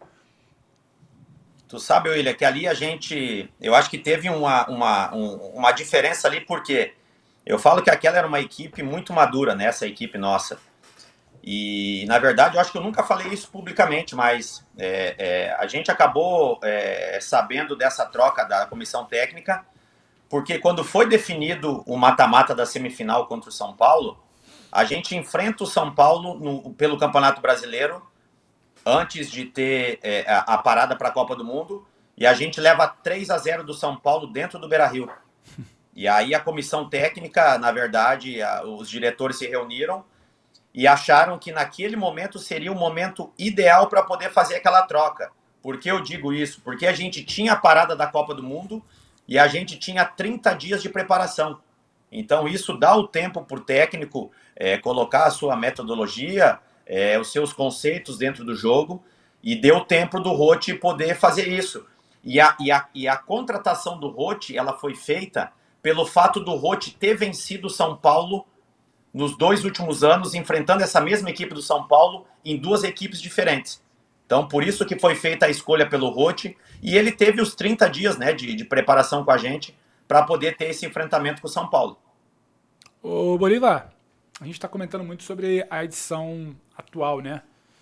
Tu sabe, William, que ali a gente, eu acho que teve uma, uma, um, uma diferença ali, porque eu falo que aquela era uma equipe muito madura, né, essa equipe nossa. E, na verdade, eu acho que eu nunca falei isso publicamente, mas é, é, a gente acabou é, sabendo dessa troca da comissão técnica, porque quando foi definido o mata-mata da semifinal contra o São Paulo, a gente enfrenta o São Paulo no, pelo Campeonato Brasileiro, antes de ter é, a, a parada para a Copa do Mundo, e a gente leva três a zero do São Paulo dentro do Beira-Rio. E aí a comissão técnica, na verdade, a, os diretores se reuniram e acharam que naquele momento seria o momento ideal para poder fazer aquela troca. Por que eu digo isso? Porque a gente tinha a parada da Copa do Mundo e a gente tinha trinta dias de preparação. Então isso dá o tempo para o técnico é, colocar a sua metodologia, É, os seus conceitos dentro do jogo, e deu tempo do Rotti poder fazer isso. E a, e, a, e a contratação do Rotti, ela foi feita pelo fato do Rotti ter vencido o São Paulo nos dois últimos anos, enfrentando essa mesma equipe do São Paulo em duas equipes diferentes. Então, por isso que foi feita a escolha pelo Rotti, e ele teve os trinta dias, né, de, de preparação com a gente para poder ter esse enfrentamento com o São Paulo. Ô, Bolívar, a gente está comentando muito sobre a edição atual, né?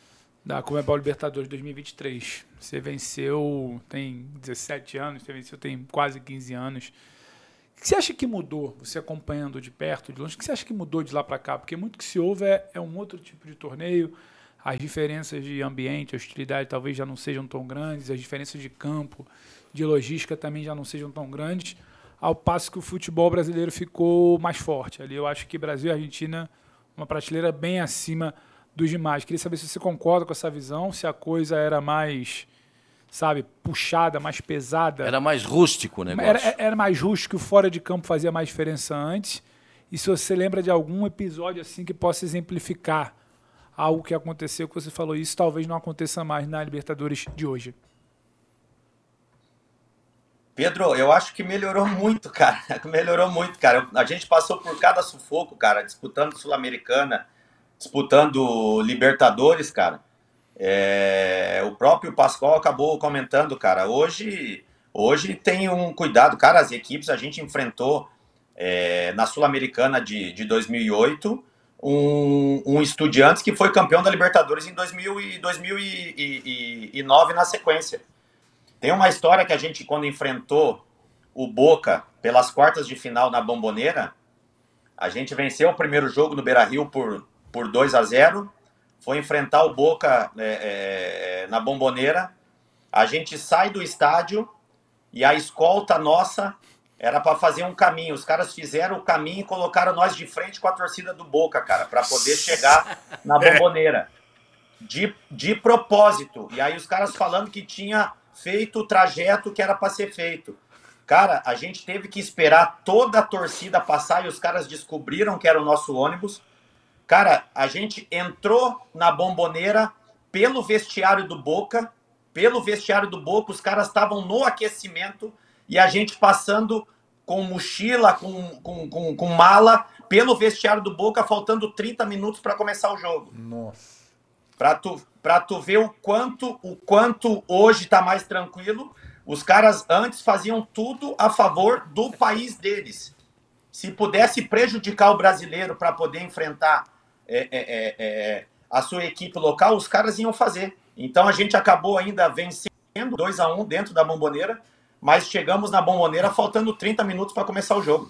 da Conmebol Libertadores dois mil e vinte e três. Você venceu, tem dezessete anos, você venceu tem quase quinze anos. O que você acha que mudou, você acompanhando de perto, de longe, o que você acha que mudou de lá para cá? Porque muito que se ouve é, é um outro tipo de torneio, as diferenças de ambiente, hostilidade talvez já não sejam tão grandes, as diferenças de campo, de logística também já não sejam tão grandes, ao passo que o futebol brasileiro ficou mais forte. Ali eu acho que Brasil e Argentina, uma prateleira bem acima dos demais. Queria saber se você concorda com essa visão, se a coisa era mais, sabe, puxada, mais pesada. Era mais rústico o negócio. Era, era mais rústico, o fora de campo fazia mais diferença antes. E se você lembra de algum episódio assim que possa exemplificar algo que aconteceu, que você falou, isso talvez não aconteça mais na Libertadores de hoje. Pedro, eu acho que melhorou muito, cara. Melhorou muito, cara. A gente passou por cada sufoco, cara, disputando Sul-Americana, disputando Libertadores, cara. É... O próprio Pascoal acabou comentando, cara. Hoje, hoje tem um cuidado. Cara, as equipes a gente enfrentou é, na Sul-Americana de, de dois mil e oito... Um, um Estudiantes que foi campeão da Libertadores em dois mil e dois mil e nove na sequência. Tem uma história que a gente, quando enfrentou o Boca pelas quartas de final na Bombonera, a gente venceu o primeiro jogo no Beira-Rio por, por dois a zero, foi enfrentar o Boca é, é, na Bombonera, a gente sai do estádio e a escolta nossa era para fazer um caminho. Os caras fizeram o caminho e colocaram nós de frente com a torcida do Boca, cara, para poder chegar na Bombonera. De, de propósito. E aí os caras falando que tinha feito o trajeto que era para ser feito. Cara, a gente teve que esperar toda a torcida passar e os caras descobriram que era o nosso ônibus. Cara, a gente entrou na Bombonera pelo vestiário do Boca. Pelo vestiário do Boca, os caras estavam no aquecimento e a gente passando com mochila, com, com, com, com mala, pelo vestiário do Boca, faltando trinta minutos para começar o jogo. Nossa. Para tu, pra tu ver o quanto, o quanto hoje está mais tranquilo. Os caras antes faziam tudo a favor do país deles. Se pudesse prejudicar o brasileiro para poder enfrentar é, é, é, a sua equipe local, os caras iam fazer. Então a gente acabou ainda vencendo dois a um dentro da Bombonera, mas chegamos na Bombonera faltando trinta minutos para começar o jogo.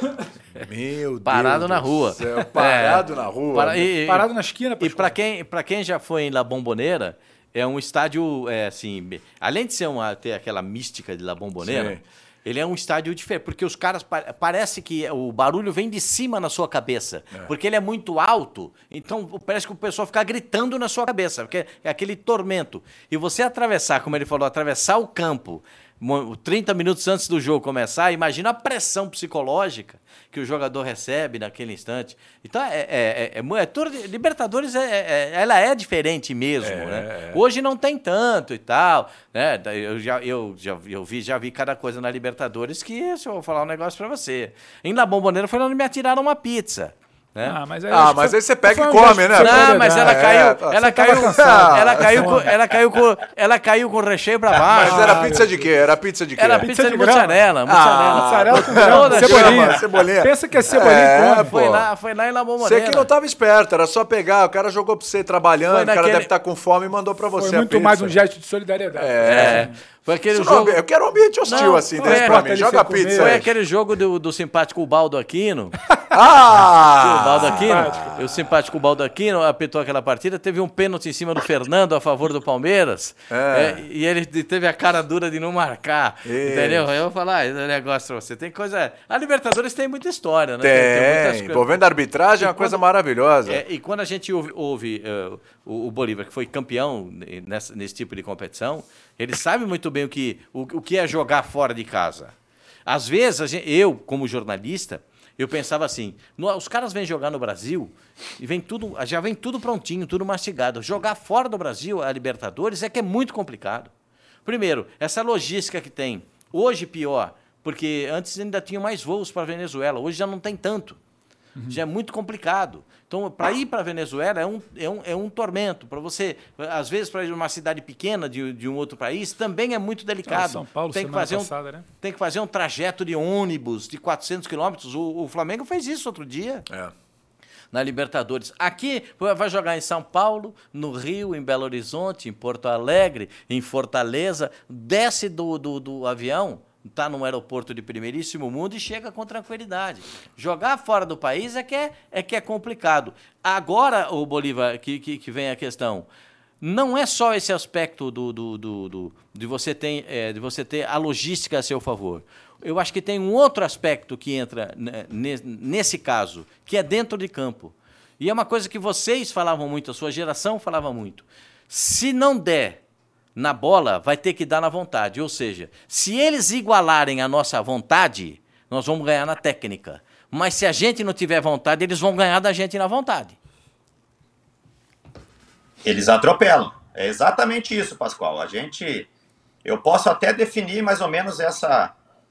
Meu Parado Deus na do rua. céu, parado É. na rua. Para- e- Parado na esquina, E Pascoal. para quem, pra quem já foi em La Bombonera, é um estádio, é, assim, be- além de ser uma, ter aquela mística de La Bombonera, Sim. ele é um estádio diferente, porque os caras, pa- parece que o barulho vem de cima na sua cabeça, porque ele é muito alto, então parece que o pessoal fica gritando na sua cabeça, porque é aquele tormento. E você atravessar, como ele falou, atravessar o campo, mo- trinta minutos antes do jogo começar, imagina a pressão psicológica que o jogador recebe naquele instante. Então, é, é, é, é, mu- é tudo- Libertadores, é, é- ela é diferente mesmo, É, né? é. Hoje não tem tanto e tal, né? Da- Eu já, eu, já, eu vi, já vi cada coisa na Libertadores que, se eu vou falar um negócio pra você. Em La Bombonera foi onde me atiraram uma pizza, né? Ah, mas aí, Ah, acho que mas foi- aí você pega foi e um come, gesto de né? Não, mas ela É, caiu, tá. ela Você tava caiu, cansado. ela caiu com, ela caiu com, ela caiu com recheio pra baixo. Mas era pizza de quê? Era pizza de quê? Era pizza, Pizza de, de grama. mozzarella, Ah, mozzarella. Mussarela com Toda grama, cebolinha. chama, cebolinha. Pensa que é cebolinha É, e come. pô. Foi lá, foi lá em La Você Bombonera. que não tava esperto, era só pegar, o cara jogou pra você trabalhando, Foi o cara naquele- deve estar com fome e mandou pra você Foi a muito pizza. mais um gesto de solidariedade. É, foi aquele Isso não- jogo... Eu quero um ambiente hostil Não, assim, foi- desse pra mim. ele Joga foi a pizza comer. Foi aí. aquele jogo do, do simpático Baldo Aquino. O Ah! Baldo Aquino, o simpático Baldo Aquino apitou aquela partida, teve um pênalti em cima do Fernando a favor do Palmeiras, É. é, e ele teve a cara dura de não marcar, Isso. entendeu? Eu vou falar, esse negócio pra você, tem coisa... A Libertadores tem muita história, né? Tem, muitas coisas. envolvendo a arbitragem é uma E coisa quando- maravilhosa. É, e quando a gente ouve, ouve, eh, o, o Bolívar, que foi campeão nessa- nesse tipo de competição, ele sabe muito bem o que, o, o que é jogar fora de casa. Às vezes, a gente- eu, como jornalista, eu pensava assim, no- os caras vêm jogar no Brasil e vem tudo, já vem tudo prontinho, tudo mastigado. Jogar fora do Brasil, a Libertadores, é que é muito complicado. Primeiro, essa logística que tem. Hoje, pior, porque antes ainda tinha mais voos para a Venezuela, hoje já não tem tanto. Já é muito complicado. Então, para ir para a Venezuela é um, é um, é um tormento. Para você, às vezes, para ir uma cidade pequena de, de um outro país, também é muito delicado. São Paulo, tem que semana fazer um, passada, né? tem que fazer um trajeto de ônibus de quatrocentos quilômetros. O, o Flamengo fez isso outro dia. É. na Libertadores. Aqui vai jogar em São Paulo, no Rio, em Belo Horizonte, em Porto Alegre, em Fortaleza, desce do, do, do avião, está num aeroporto de primeiríssimo mundo e chega com tranquilidade. Jogar fora do país é que é, é, que é complicado. Agora, o Bolívar, que, que, que vem a questão, não é só esse aspecto do, do, do, do, de, você ter, é, de você ter a logística a seu favor. Eu acho que tem um outro aspecto que entra nesse caso, que é dentro de campo. E é uma coisa que vocês falavam muito, a sua geração falava muito. Se não der na bola, vai ter que dar na vontade. Ou seja, se eles igualarem a nossa vontade, nós vamos ganhar na técnica. Mas se a gente não tiver vontade, eles vão ganhar da gente na vontade. Eles atropelam. É exatamente isso, Pascoal. A gente... Eu posso até definir mais ou menos essa...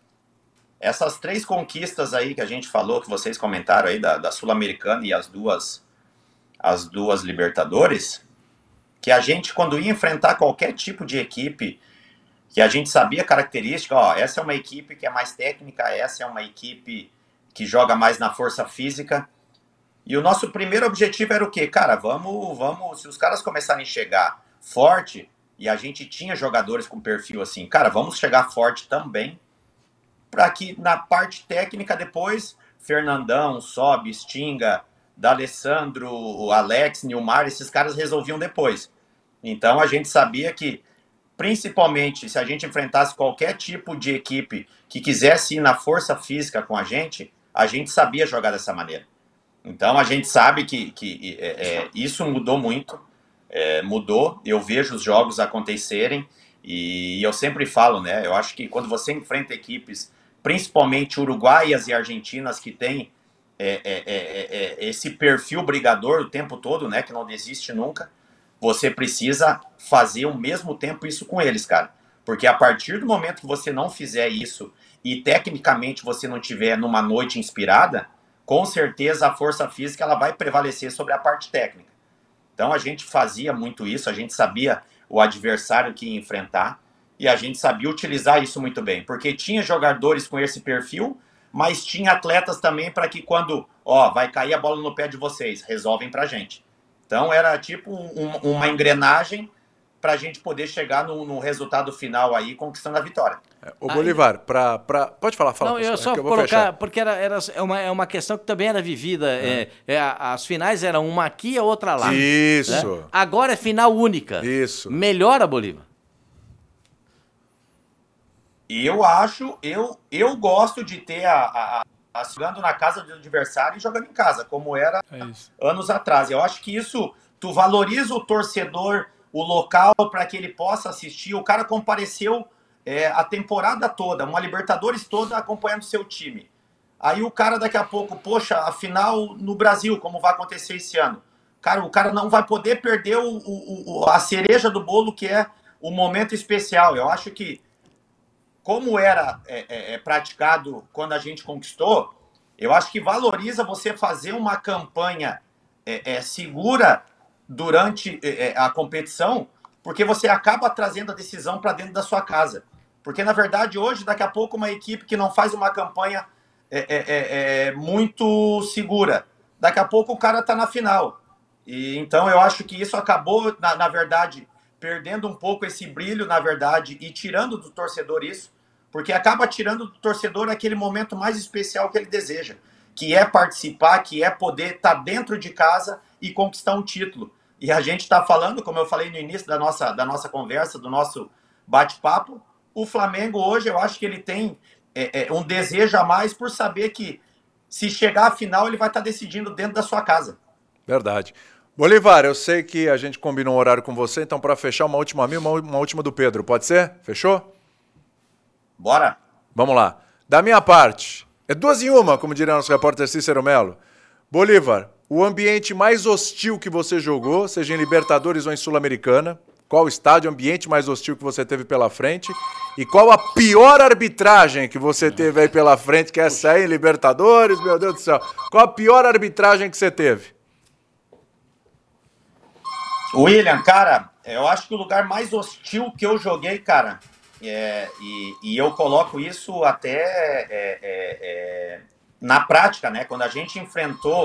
Essas três conquistas aí que a gente falou, que vocês comentaram aí, da, da Sul-Americana e as duas, as duas Libertadores, que a gente, quando ia enfrentar qualquer tipo de equipe, que a gente sabia a característica, ó, essa é uma equipe que é mais técnica, essa é uma equipe que joga mais na força física, e o nosso primeiro objetivo era o quê? Cara, vamos, vamos, se os caras começarem a chegar forte, e a gente tinha jogadores com perfil assim, cara, vamos chegar forte também, para que na parte técnica depois, Fernandão, Sobe, Stinga, D'Alessandro, Alex, Nilmar, esses caras resolviam depois. Então a gente sabia que, principalmente, se a gente enfrentasse qualquer tipo de equipe que quisesse ir na força física com a gente, a gente sabia jogar dessa maneira. Então a gente sabe que, que é, é, isso mudou muito, é, mudou, eu vejo os jogos acontecerem, e eu sempre falo, né, eu acho que quando você enfrenta equipes, principalmente uruguaias e argentinas, que têm é, é, é, é, esse perfil brigador o tempo todo, né, que não desiste nunca, você precisa fazer ao mesmo tempo isso com eles, cara. Porque a partir do momento que você não fizer isso e tecnicamente você não tiver numa noite inspirada, com certeza a força física ela vai prevalecer sobre a parte técnica. Então a gente fazia muito isso, a gente sabia o adversário que ia enfrentar, e a gente sabia utilizar isso muito bem, porque tinha jogadores com esse perfil, mas tinha atletas também para que quando, ó, vai cair a bola no pé de vocês, resolvem pra gente. Então era tipo um, uma engrenagem para a gente poder chegar no, no resultado final aí, conquistando a vitória. Ô Bolívar, pra, pra... pode falar, fala. Não, eu só eu colocar, fechar. Porque era, era é, uma, é uma questão que também era vivida, é. É, é, as finais eram uma aqui e a outra lá. Isso. Né? Agora é final única. Isso. Melhora, Bolívar? Eu acho, eu, eu gosto de ter a, a, a jogando na casa do adversário e jogando em casa, como era é anos atrás. Eu acho que isso, tu valoriza o torcedor, o local, para que ele possa assistir. O cara compareceu é, a temporada toda, uma Libertadores toda acompanhando o seu time. Aí o cara daqui a pouco, poxa, a final no Brasil, como vai acontecer esse ano. Cara, o cara não vai poder perder o, o, o, a cereja do bolo, que é o momento especial. Eu acho que como era é, é, praticado quando a gente conquistou, eu acho que valoriza você fazer uma campanha é, é, segura durante é, a competição, porque você acaba trazendo a decisão para dentro da sua casa. Porque, na verdade, hoje, daqui a pouco, uma equipe que não faz uma campanha é, é, é, é muito segura, daqui a pouco o cara está na final. E, então, eu acho que isso acabou, na, na verdade, perdendo um pouco esse brilho, na verdade, e tirando do torcedor isso, porque acaba tirando do torcedor aquele momento mais especial que ele deseja, que é participar, que é poder estar dentro de casa e conquistar um título. E a gente está falando, como eu falei no início da nossa, da nossa conversa, do nosso bate-papo, o Flamengo hoje, eu acho que ele tem é, é, um desejo a mais por saber que se chegar à final, ele vai estar decidindo dentro da sua casa. Verdade. Bolívar, eu sei que a gente combinou um horário com você, então para fechar uma última minha, uma, uma última do Pedro, pode ser? Fechou? Bora. Vamos lá. Da minha parte, é duas em uma, como diria nosso repórter Cícero Melo. Bolívar, o ambiente mais hostil que você jogou, seja em Libertadores ou em Sul-Americana, qual estádio, ambiente mais hostil que você teve pela frente, e qual a pior arbitragem que você teve aí pela frente, que é essa aí em Libertadores, meu Deus do céu. Qual a pior arbitragem que você teve? William, cara, eu acho que o lugar mais hostil que eu joguei, cara, é, e, e eu coloco isso até é, é, é, na prática, né? Quando a gente enfrentou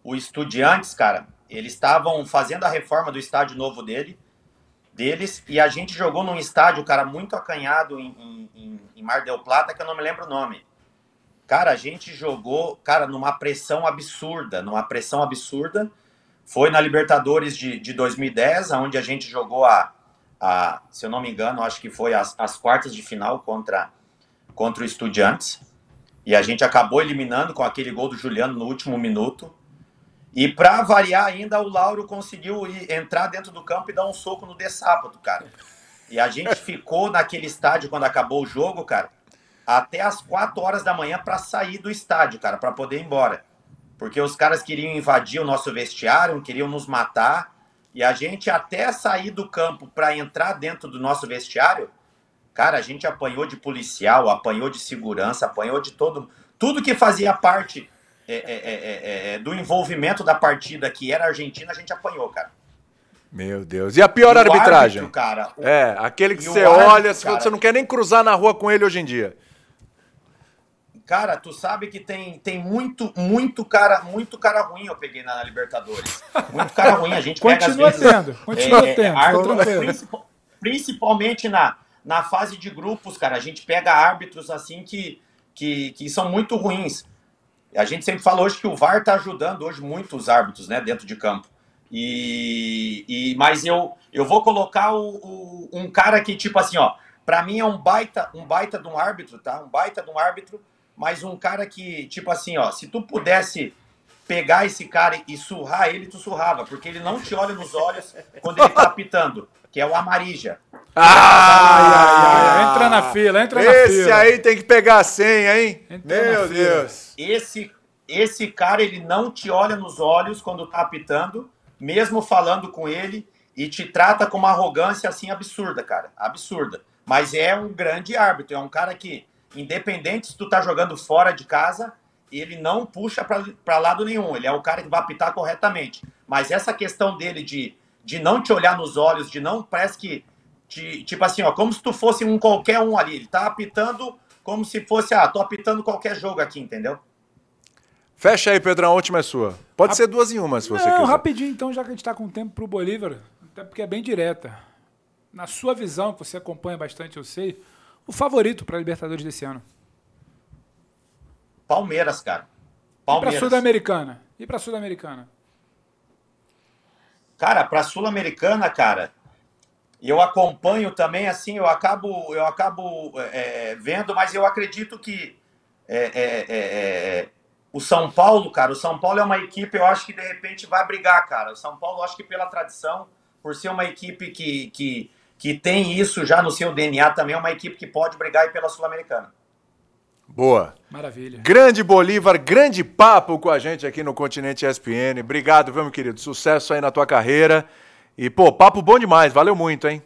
o Estudiantes, cara, eles estavam fazendo a reforma do estádio novo dele, deles, e a gente jogou num estádio, cara, muito acanhado em, em, em Mar del Plata, que eu não me lembro o nome. Cara, a gente jogou, cara, numa pressão absurda, numa pressão absurda. Foi na Libertadores de, de dois mil e dez, onde a gente jogou a, a, se eu não me engano, acho que foi as, as quartas de final contra, contra o Estudiantes. E a gente acabou eliminando com aquele gol do Juliano no último minuto. E para variar ainda, o Lauro conseguiu ir, entrar dentro do campo e dar um soco no De Sábado, cara. E a gente ficou naquele estádio quando acabou o jogo, cara, até as quatro horas da manhã para sair do estádio, cara, para poder ir embora. Porque os caras queriam invadir o nosso vestiário, queriam nos matar, e a gente até sair do campo para entrar dentro do nosso vestiário, cara, a gente apanhou de policial, apanhou de segurança, apanhou de todo... Tudo que fazia parte é, é, é, é, do envolvimento da partida, que era a Argentina, a gente apanhou, cara. Meu Deus. E a pior E o arbitragem? árbitro, cara, o... É, aquele que E o você árbitro, olha, cara, você não quer nem cruzar na rua com ele hoje em dia. Cara, tu sabe que tem, tem muito, muito cara, muito cara ruim eu peguei na, na Libertadores. Muito cara ruim, a gente pega Continua às vezes... tendo, continua é, tendo, árbitro, fica tranquilo. principal- principalmente na, na fase de grupos, cara, a gente pega árbitros assim que, que, que são muito ruins. A gente sempre fala hoje que o V A R tá ajudando hoje muito os árbitros, né, dentro de campo. E, e, mas eu, eu vou colocar o, o- um cara que, tipo assim, ó, pra mim é um baita, um baita de um árbitro, tá? Um baita de um árbitro, mas um cara que, tipo assim, ó, se tu pudesse pegar esse cara e surrar ele, tu surrava, porque ele não te olha nos olhos quando ele tá apitando, que é o Amarija. Ah! Entra na fila, entra na Esse fila. aí tem que pegar a senha, hein? Entra na Meu fila. Deus. Esse, esse cara, ele não te olha nos olhos quando tá apitando, mesmo falando com ele, e te trata com uma arrogância, assim, absurda, cara, absurda. Mas é um grande árbitro, é um cara que, independente se tu tá jogando fora de casa, ele não puxa pra, pra lado nenhum, ele é o cara que vai apitar corretamente. Mas essa questão dele de, de não te olhar nos olhos, de não, parece que, te, tipo assim, ó, como se tu fosse um qualquer um ali, ele tá apitando como se fosse, ah, tô apitando qualquer jogo aqui, entendeu? Fecha aí, Pedrão, a última é sua. Pode Rap- ser duas em uma, se você Não, quiser. rapidinho então, já que a gente tá com tempo pro Bolívar, até porque é bem direta. Na sua visão, que você acompanha bastante, eu sei, o favorito pra Libertadores desse ano? Palmeiras, cara. E pra Palmeiras. Sul-Americana? E pra Sul-Americana? Cara, pra Sul-Americana, cara, eu acompanho também, assim, eu acabo, eu acabo é, vendo, mas eu acredito que é, é, é, é, o São Paulo, cara, o São Paulo é uma equipe, eu acho que de repente vai brigar, cara. O São Paulo, eu acho que pela tradição, por ser uma equipe que, que, que tem isso já no seu D N A, também é uma equipe que pode brigar aí pela Sul-Americana. Boa. Maravilha. Grande Bolívar, grande papo com a gente aqui no Continente E S P N. Obrigado, viu, meu querido? Sucesso aí na tua carreira. E, pô, papo bom demais. Valeu muito, hein?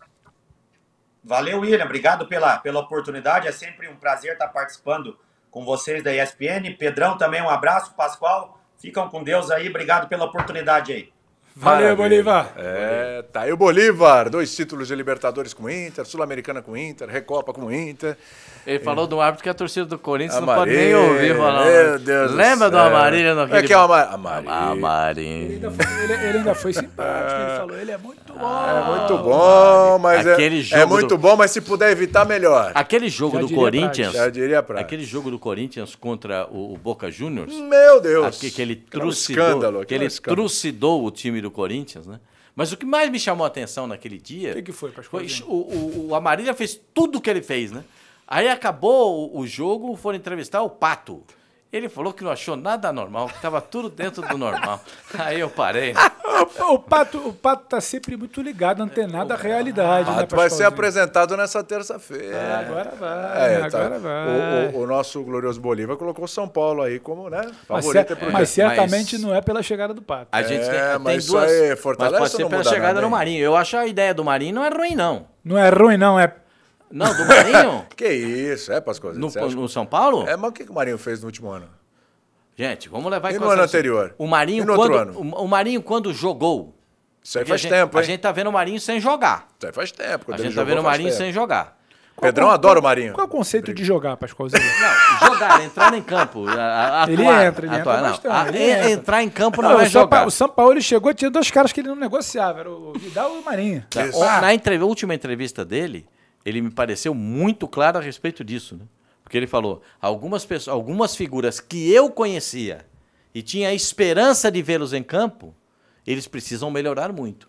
Valeu, William. Obrigado pela, pela oportunidade. É sempre um prazer estar participando com vocês da E S P N. Pedrão também, um abraço. Pascoal, ficam com Deus aí. Obrigado pela oportunidade aí. Valeu, Maravilha. Bolívar. É, tá aí o Bolívar. Dois títulos de Libertadores com o Inter, Sul-Americana com o Inter, Recopa com o Inter. Ele falou do árbitro que a torcida do Corinthians não Amarília, pode nem ouvir falar. meu Deus do Lembra do céu. Amarília Como naquele... é que é o Ama- Amarília? Ele Amarília. ainda foi, ele, ele ainda foi simpático, ele falou, ele é muito bom. É muito bom, mas é, Aquele é jogo muito do- bom, mas se puder evitar, melhor. Aquele jogo Já do diria Corinthians... Já diria pra. Aquele jogo do Corinthians contra o, o Boca Juniors... Meu Deus. Aqui, que ele Aquilo é um trucidou, escândalo, que aquilo é ele um escândalo. trucidou o time do Corinthians, né? Mas o que mais me chamou a atenção naquele dia... O que que foi, Pascoalzinho? o, o, o Amarília fez tudo o que ele fez, né? Aí acabou o, o jogo, foram entrevistar o Pato. Ele falou que não achou nada anormal, que estava tudo dentro do normal. Aí eu parei. Né? O, o Pato, o Pato tá sempre muito ligado, antenado à realidade, Ah, né, tu vai ser Pascoalzinho? apresentado nessa terça-feira. Ah, agora vai, É, tá. agora vai. O, o- o nosso glorioso Bolívar colocou São Paulo aí como, né, Mas, favorito. cer- e projeto. mas certamente Mas- não é pela chegada do Pato. A gente É, tem, tem mas isso duas... aí fortalece mas pode ou ser não pela muda chegada nada, do hein? Marinho. Eu acho a ideia do Marinho não é ruim, não. Não é ruim, não, é... Não, do Marinho? Que isso, é, Pascoal? no, Você acha no São Paulo? que- É, mas o que que o Marinho fez no último ano? Gente, vamos levar E em no consideração. ano anterior? O Marinho, E no outro quando, ano? o, o Marinho, quando jogou... Isso aí porque faz a gente, tempo, A hein? gente tá vendo o Marinho sem jogar. Isso aí faz tempo. A Quando gente ele tá jogou, vendo o faz Marinho tempo. sem jogar. Pedrão qual- adora o Marinho. Qual é o conceito de jogar, Pascoalzinho? Não, jogar, entrar em campo. a- a- Atuar, Ele entra, ele atuar, entra não. bastante, A- ele en- entra. Entrar em campo não, Não, é o, São jogar. Pa- o São Paulo ele chegou, tinha dois caras que ele não negociava, era o Vidal e o Marinho. Tá, Isso. ó, Na entrev- última entrevista dele, ele me pareceu muito claro a respeito disso, né? Porque ele falou, algumas pessoas, algumas figuras que eu conhecia e tinha a esperança de vê-los em campo, eles precisam melhorar muito.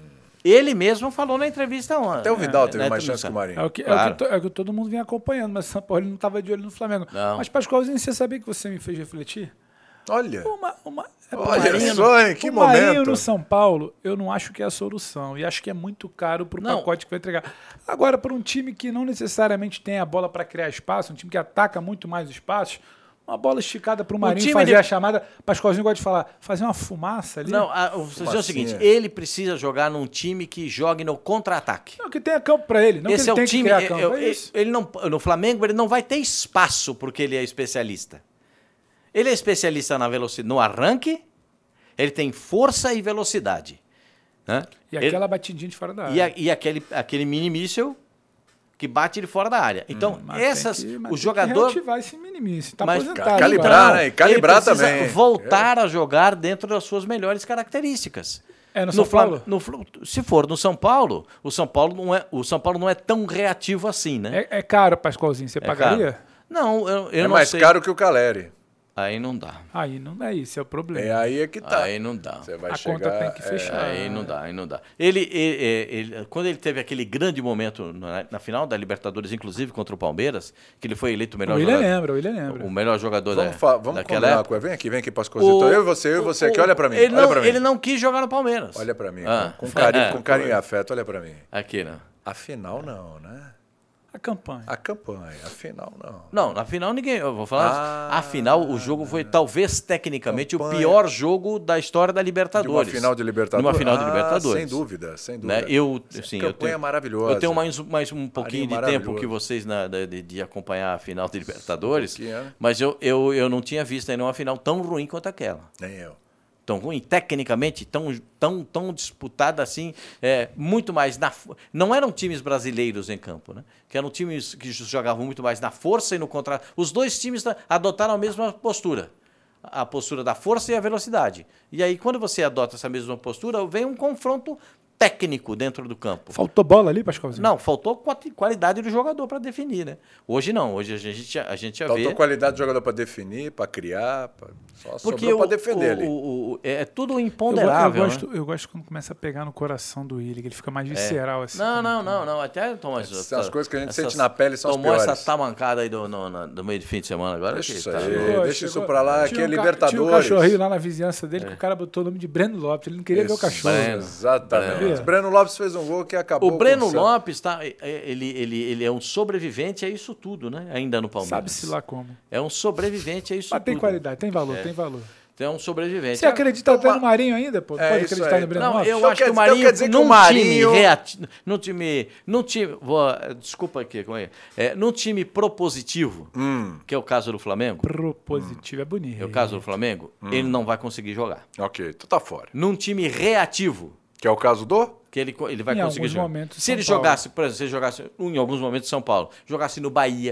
Ele mesmo falou na entrevista ontem. Até o Vidal né, teve na mais chance entrevista. que o Marinho. É o que, Claro. é o que, to- é o que todo mundo vinha acompanhando, mas o São Paulo ele não estava de olho no Flamengo. Não. Mas, Pascoalzinho, você sabia que você me fez refletir? Olha. Uma, uma, é Olha Marinho só, em que o Marinho momento. no São Paulo, eu não acho que é a solução. E acho que é muito caro pro Não. pacote que vai entregar. Agora, para um time que não necessariamente tem a bola para criar espaço, um time que ataca muito mais espaços, uma bola esticada para o Marinho time fazer de- a chamada. Pascoalzinho gosta de falar, fazer uma fumaça ali. Não, a, o, é o seguinte, ele precisa jogar num time que jogue no contra-ataque. Não, que tenha campo para ele. Não Esse que é ele o tem time. que criar campo. eu- é ele, isso. ele não, no Flamengo ele não vai ter espaço porque ele é especialista. Ele é especialista na velocidade, no arranque, ele tem força e velocidade. Né? E Ele- aquela batidinha de fora da área. e, a- e aquele, aquele mini míssil que bate de fora da área. Então, Hum, Mas tem essas. que- mas o tem que jogador. reativar esse minimice. Tá Mas aposentado. calibrar, agora. né? E calibrar ele precisa também. voltar a jogar dentro das suas melhores características. É no São Flam- Paulo? no Fla- se for no São Paulo, o São Paulo não é, o São Paulo não é tão reativo assim, né? É, é caro, Pascoalzinho. Você É pagaria? caro. Não, eu, eu É não mais sei. caro que o Caleri. Aí não dá. Aí não é isso, é o problema. É aí é que tá. Aí não dá. Você vai A chegar, conta tem que é, fechar. Aí não dá, aí não dá. Ele, ele- ele- quando ele teve aquele grande momento na, na final da Libertadores, inclusive contra o Palmeiras, que ele foi eleito o melhor O William jogador, lembra, o William lembra. o melhor jogador Vamos, da, fa- vamos daquela combinar época. com Vem aqui, vem aqui, Pascoalzinho. Então, eu e você, eu e você aqui, olha pra mim. Ele olha não, pra mim. ele não quis jogar no Palmeiras. Olha pra mim, Ah. com, com carinho, É, com carinho e foi. afeto, olha pra mim. Aqui, né? Afinal, não, né? A campanha. A campanha, afinal, não. Não, na final ninguém. Eu vou falar. Ah, afinal, o jogo foi talvez tecnicamente campanha. o pior jogo da história da De uma Libertadores. final de Libertadores. Numa final de Ah, Libertadores. sem dúvida, sem Né? dúvida. Eu, assim, eu campanha tenho, maravilhosa. eu tenho mais, mais um pouquinho de Marinho tempo que maravilhoso. vocês na, da- de, de acompanhar a final de Libertadores, pouquinho, né? mas eu, eu, eu não tinha visto ainda uma final tão ruim quanto aquela. Nem eu. Tão ruim, tecnicamente, tão, tão, tão disputada assim, é, muito mais na... fo- Não eram times brasileiros em campo, né? Que eram times que jogavam muito mais na força e no contra... Os dois times ta- adotaram a mesma postura. A postura da força e a velocidade. E aí, quando você adota essa mesma postura, vem um confronto técnico dentro do campo. Faltou bola ali, Pascoalzinho? Não, faltou quati- qualidade do jogador para definir, né? Hoje não, hoje a gente, a gente já Faltou vê... qualidade do jogador pra definir, pra criar, pra... só Porque sobrou o, pra defender o- ali. o- o- é tudo Eu, go- eu, imponderável, gosto, né? eu gosto quando começa a pegar no coração do Willi, que ele fica mais visceral assim. Não, não, não, não. Até tomou Essas as coisas que a gente sente na pele são as Tomou piores. essa tamancada aí do, no, no- do meio de fim de semana agora. Deixa que isso tá aí. louco. Chegou, deixa isso pra lá, tinha aqui é um ca- Libertadores. Tinha um cachorrinho lá na vizinhança dele que o cara botou o nome de Breno Lopes. Ele não queria ver o Isso, cachorro. Breno. Exatamente. Breno. Breno Lopes fez um gol que acabou O Breno com o Lopes tá, ele, ele, ele é um sobrevivente a isso tudo, né? Ainda no Palmeiras. Sabe-se lá como. É um sobrevivente a isso Mas tem tudo. qualidade, tem valor, tem valor. É um sobrevivente. Você acredita até no Marinho ainda, pô? É Pode isso acreditar aí. no Breno Não, Lopes? eu Então acho que quer- o Marinho, então quer dizer que num o Marinho- time reati... num time, num time, vou, desculpa aqui, como é? É, num time propositivo, Hum, que é o caso do Flamengo, Propositivo é bonito. é o caso do Flamengo, ele não vai conseguir jogar. ok, tu tá fora. Num time reativo, Que é o caso do? que ele, ele vai Em conseguir alguns jogar. momentos, Se São ele Paulo. jogasse, por exemplo, se ele jogasse em alguns momentos São Paulo, jogasse no Bahia,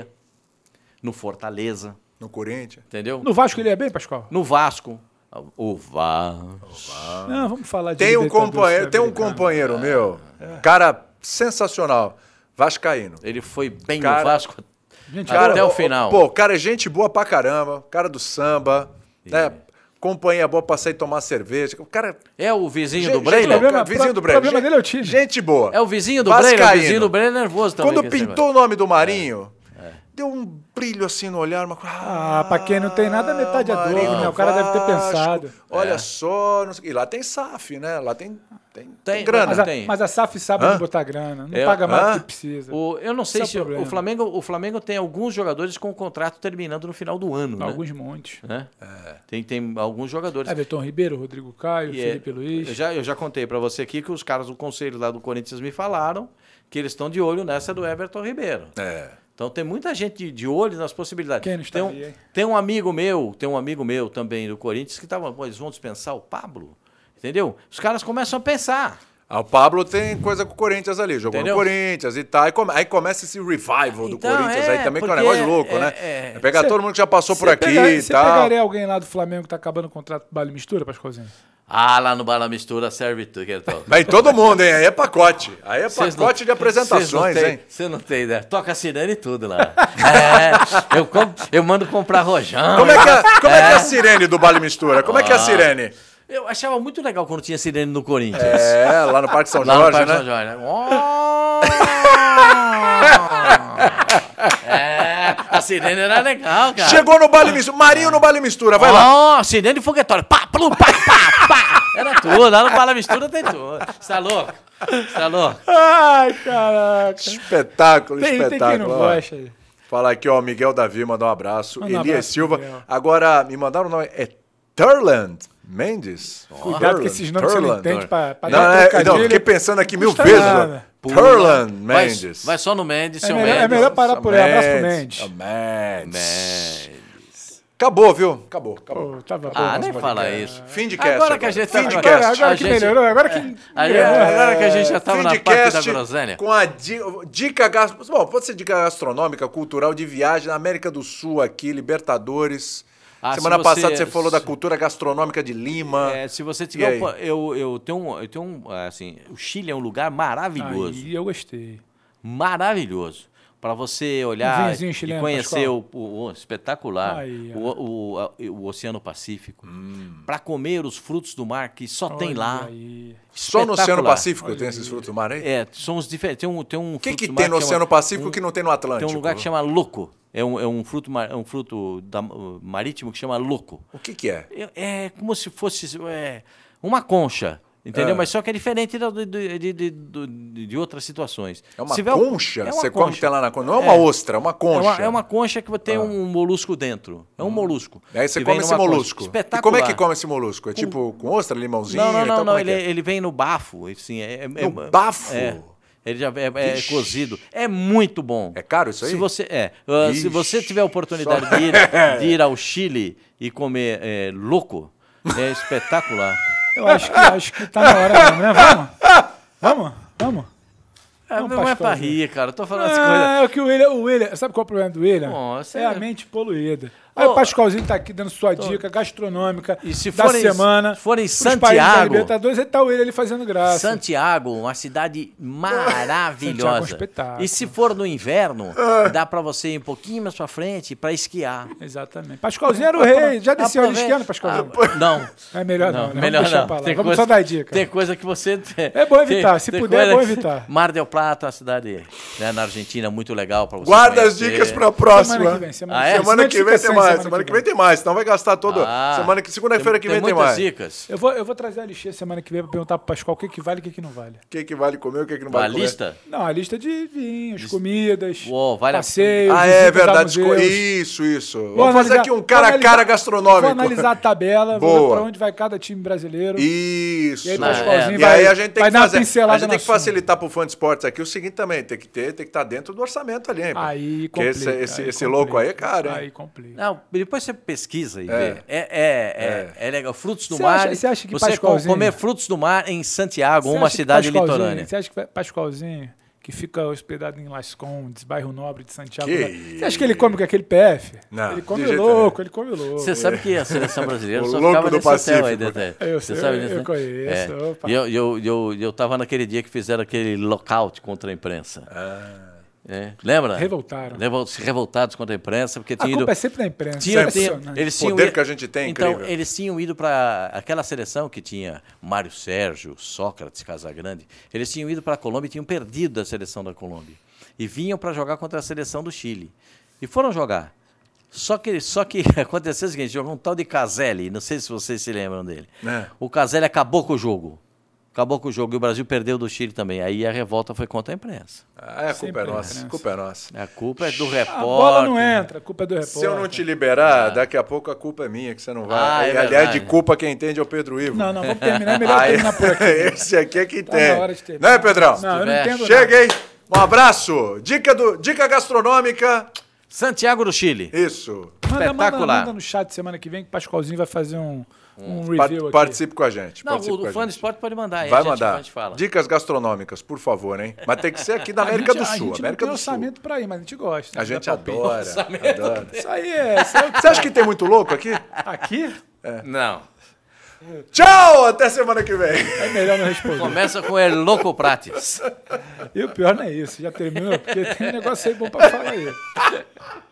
no Fortaleza, No Corinthians. entendeu? No Vasco ele é bem, Pascoal? No Vasco, o Vasco. Não, vamos falar de Tem um Libertadores companheiro, tem um Sul-Americana. companheiro meu, cara sensacional, vascaíno. Ele foi bem Cara, no Vasco Gente, Cara, até o ô, final. Pô, cara é gente boa pra caramba, cara do samba, né? Companhia boa pra sair tomar cerveja. O cara. É o vizinho gente- do Breiner? gente- Problema- vizinho do pro- Breiner. problema gente- dele é o time. Gente boa. É o vizinho do Breiner, o Vascaíno. vizinho do Breiner é nervoso também. Quando com esse pintou o nome do Marinho, deu um brilho assim no olhar. Mas, Ah, pra quem não tem nada, metade é dobro, né? O cara deve ter pensado. Olha É. só, não sei o quê. E lá tem S A F, né? Lá tem, tem, tem, Tem, grana. Mas a, tem. mas a S A F sabe Hã? onde botar grana. Não É, paga mais hã? do que precisa. O, eu não sei Esse se é o o, problema. o Flamengo, o Flamengo tem alguns jogadores com o contrato terminando no final do ano, Alguns montes. né? né? Tem, tem alguns jogadores. Everton Ribeiro, Rodrigo Caio, E é- Felipe Luiz. Eu já, eu já contei pra você aqui que os caras do conselho lá do Corinthians me falaram que eles estão de olho nessa do Everton Ribeiro. É. Então tem muita gente de, de olho nas possibilidades. Quem não tem, um, estaria, hein? tem um amigo meu, tem um amigo meu também do Corinthians que tava, pô, eles vão dispensar o Pablo, entendeu? Os caras começam a pensar. Ah, o Pablo tem coisa com o Corinthians ali, jogou Entendeu? no Corinthians e tal. Aí, come- aí começa esse revival do Então, Corinthians é, aí também, que é um porque negócio louco, é- né? é- É pegar Cê- todo mundo que já passou por Você aqui pega- e Você tal. pegaria alguém lá do Flamengo que tá acabando o contrato do Baile Mistura, Pascoalzinho? Ah, lá no Bala Mistura serve tudo. que eu tô- Vai todo mundo, hein? Aí é pacote. Aí é Vocês pacote não- de apresentações, vocês não têm- hein? Você não tem ideia. Toca sirene e tudo lá. É, eu, com- eu mando comprar rojão. Como é que é, como é, que é a sirene do Baile Mistura? Como é que é a sirene? Eu achava muito legal quando tinha sirene no Corinthians. É, lá no Parque São Lá no Jorge, Parque né? São Jorge. Oh! É, a sirene era legal, cara. Chegou no Baile Mistura. Marinho no Baile Mistura, vai lá. Ó, sirene foguetório. Pá, plum, pá, pá, pá. Era tudo. Lá no Bala Mistura tem tudo. Você tá louco? Você tá louco? Ai, caraca. Espetáculo, Tem, tem espetáculo. quem não ó. gosta aí. Falar aqui, ó, Miguel Davi mandou um abraço. Manda um Elias abraço, Silva. Miguel. Agora, me mandaram o nome. É Turland Mendes? Cuidado que esses nomes você não Turland. entende pra, pra Não, dar um é, não, trocadilho. fiquei pensando aqui mil Custa vezes. nada. ó. Turland Vai, Mendes. vai só no Mendes, É seu melhor, é Mendes. melhor parar por aí. Abraço pro Mendes. Mendes. Ó, Mendes. Mendes. Acabou, viu? Acabou, acabou. Pô, tava Ah, bom, nem nosso fala podcast. isso. Fim de cast. Agora que a gente tá Fim de agora- cast. Agora A que gente- melhorou, agora que... Aí, engrenou. agora que a gente já tava Fim na de parte da cast groselha. com a di- dica gastronômica. Bom, pode ser dica gastronômica, cultural, de viagem na América do Sul aqui, Libertadores. Ah, Semana se você- passada você falou da cultura gastronômica de Lima. É, se você E tiver... aí? opa- Eu, eu tenho um... Eu tenho um assim, o Chile é um lugar maravilhoso. Aí eu gostei. Maravilhoso. Para você Um olhar vinhozinho e chileno, conhecer o, Pascoal. o- o- espetacular, Aí, ó. o, o, a- o Oceano Pacífico, para comer os frutos do mar que só tem Olha lá. aí. Só no Oceano espetacular. Pacífico Olha tem aí. esses frutos do mar aí? É, são os diferentes. Tem um, tem um O que, fruto que do tem mar no que Oceano chama- Pacífico um- que não tem no Atlântico? Tem um lugar que chama Loco. É um, é um fruto, mar- é um fruto da- marítimo que chama Loco. O que, que é? É, é como se fosse é, uma concha. Entendeu? Ah. Mas só que é diferente da- de, de, de, de, de- de outras situações. É uma Se tiver um- concha? é uma Você come concha. que tem lá na concha. Não é uma É. ostra, é uma É concha. uma, é uma concha que tem um molusco dentro. É um molusco. E aí você que vem come esse numa concha. molusco. E Espetacular. como é que come esse molusco? É tipo com ostra, limãozinho Não, não, e não, tal? não. Como é Ele, que é? ele vem no bafo. Assim, é, é- No é- bafo? É. Ele já é, é Vixe. cozido. É muito bom. É caro isso aí? Se você, é, uh, se Vixe. você tiver a oportunidade de ir, de ir ao Chile e comer é, louco, é espetacular. Eu acho que, acho que tá na hora mesmo, né? Vamos? Vamos? Vamos? É, Vamos, não é pra Pascoalzinho. rir, cara. Eu tô falando as coisas. Ah, é o que o William, o William... Sabe qual é o problema do William? Nossa, é a é- mente poluída. Aí Ô, o Pascoalzinho tá aqui dando sua dica gastronômica E se da forem- semana. se forem em pros países da Santiago- Libertadores, aí tá o William ali fazendo graça. Santiago, uma cidade Santiago é um maravilhosa. espetáculo. E se for no inverno, dá pra você ir um pouquinho mais pra frente pra esquiar. Exatamente. Pascoalzinho era o rei. Já desceu ali Aproveita- esquiando, Pascoalzinho? Ah, não. É melhor não, né? melhor Vamos deixar não. pra lá. Tem Vamos coisa, só dar dica. Tem coisa que você... É bom evitar, tem- se tem puder, é coisa bom que- evitar. Mar del Plata, uma cidade né, na Argentina muito legal pra você Guarda as conhecer. dicas pra próxima. Semana que vem. Semana, Ah, é? Semana que vem tem sem mais. Semana que vem tem mais. Senão vai gastar todo. Ah, Semana que segunda-feira que vem tem muitas mais. dicas. Eu vou, eu vou trazer a listinha semana que vem pra perguntar pro Pascoal o que, que vale e o que, que não vale. O que, que vale comer, o que, que não Uma vale comer. lista? Não, a lista de vinhos, comidas, Uou, vale a- passeios, Ah, é visitas a verdade. museus. Isso, isso. Vou Vamos fazer analisar- aqui um vou cara a analisar- cara gastronômico. Vou analisar a tabela, vou Boa. ver pra onde vai cada time brasileiro. Isso. E aí, Não, Pascoalzinho E vai, aí a gente tem vai que dar uma fazer. pincelada A gente no tem que assunto. facilitar pro fã de esportes aqui o seguinte também, tem que ter, tem que estar dentro do orçamento ali, hein? pô? Aí Porque complica. esse, esse, aí esse complica, louco aí é caro, hein? Aí complica. Não, depois você pesquisa e É. vê. É, é, é, é legal. Frutos do Você mar. acha- você acha que você Pascoalzinho- comer frutos do mar em Santiago, Você uma acha que cidade Pascoalzinho- litorânea. Você acha que vai- Pascoalzinho, que fica hospedado em Las Condes, bairro nobre de Santiago, Que vai- você acha que ele come com aquele P F? Não, ele come de jeito louco, ele come louco. Você sabe que a seleção brasileira O só louco ficava do nesse hotel aí Pacífico. dentro. Eu Você sei, sabe eu disso, né? conheço, É. opa. E eu, eu, eu, eu tava naquele dia que fizeram aquele lockout contra a imprensa. É. Lembra? Revoltaram. Revol- Revoltados contra a imprensa, porque A tinham culpa ido... é sempre da imprensa. Tinham, é tinham- impressionante. eles O tinham poder ido- que a gente tem é Então, incrível. eles tinham ido para aquela seleção que tinha Mário Sérgio, Sócrates, Casagrande. Eles tinham ido para a Colômbia e tinham perdido da seleção da Colômbia. E vinham para jogar contra a seleção do Chile. E foram jogar. Só que, só que aconteceu o seguinte, jogou um tal de Caselli, não sei se vocês se lembram dele. É. O Caselli acabou com o jogo. Acabou com o jogo e o Brasil perdeu do Chile também. Aí a revolta foi contra a imprensa. Ah, é, a culpa Sempre é a nossa. imprensa. A culpa é nossa. A culpa é do A repórter. bola não entra, a culpa é do repórter. Se eu não te liberar, daqui a pouco a culpa é minha, que você não vai. Ah, é E, aliás, verdade. de culpa quem entende é o Pedro Ivo. Não, não, vamos terminar. É melhor Aí, terminar por aqui. esse aqui é quem Tá tem. na hora de terminar. Não é, Pedrão? Não, eu não tiver- entendo Chega, nada. hein? Um abraço. Dica, do, dica gastronômica Santiago do Chile. Isso. Manda, manda, Espetacular. manda no chat semana que vem que o Pascoalzinho vai fazer um, um Pa- review aqui. participe com a gente. Não, participe o, com a o fã do gente. esporte pode mandar aí. Vai a gente, mandar. A gente fala. Dicas gastronômicas, por favor, hein? Mas tem que ser aqui da A América gente- do A Sul. gente América não tem do Sul. orçamento pra ir, mas a gente gosta. A né? gente Dá palpite. adora. adora. Isso aí é... Isso é Você acha que tem muito louco aqui? aqui Não. Tchau! Até semana que vem. é melhor não responder. Começa com El Loco Prates. E o pior não é isso, já terminou, porque tem um negócio aí bom pra falar aí.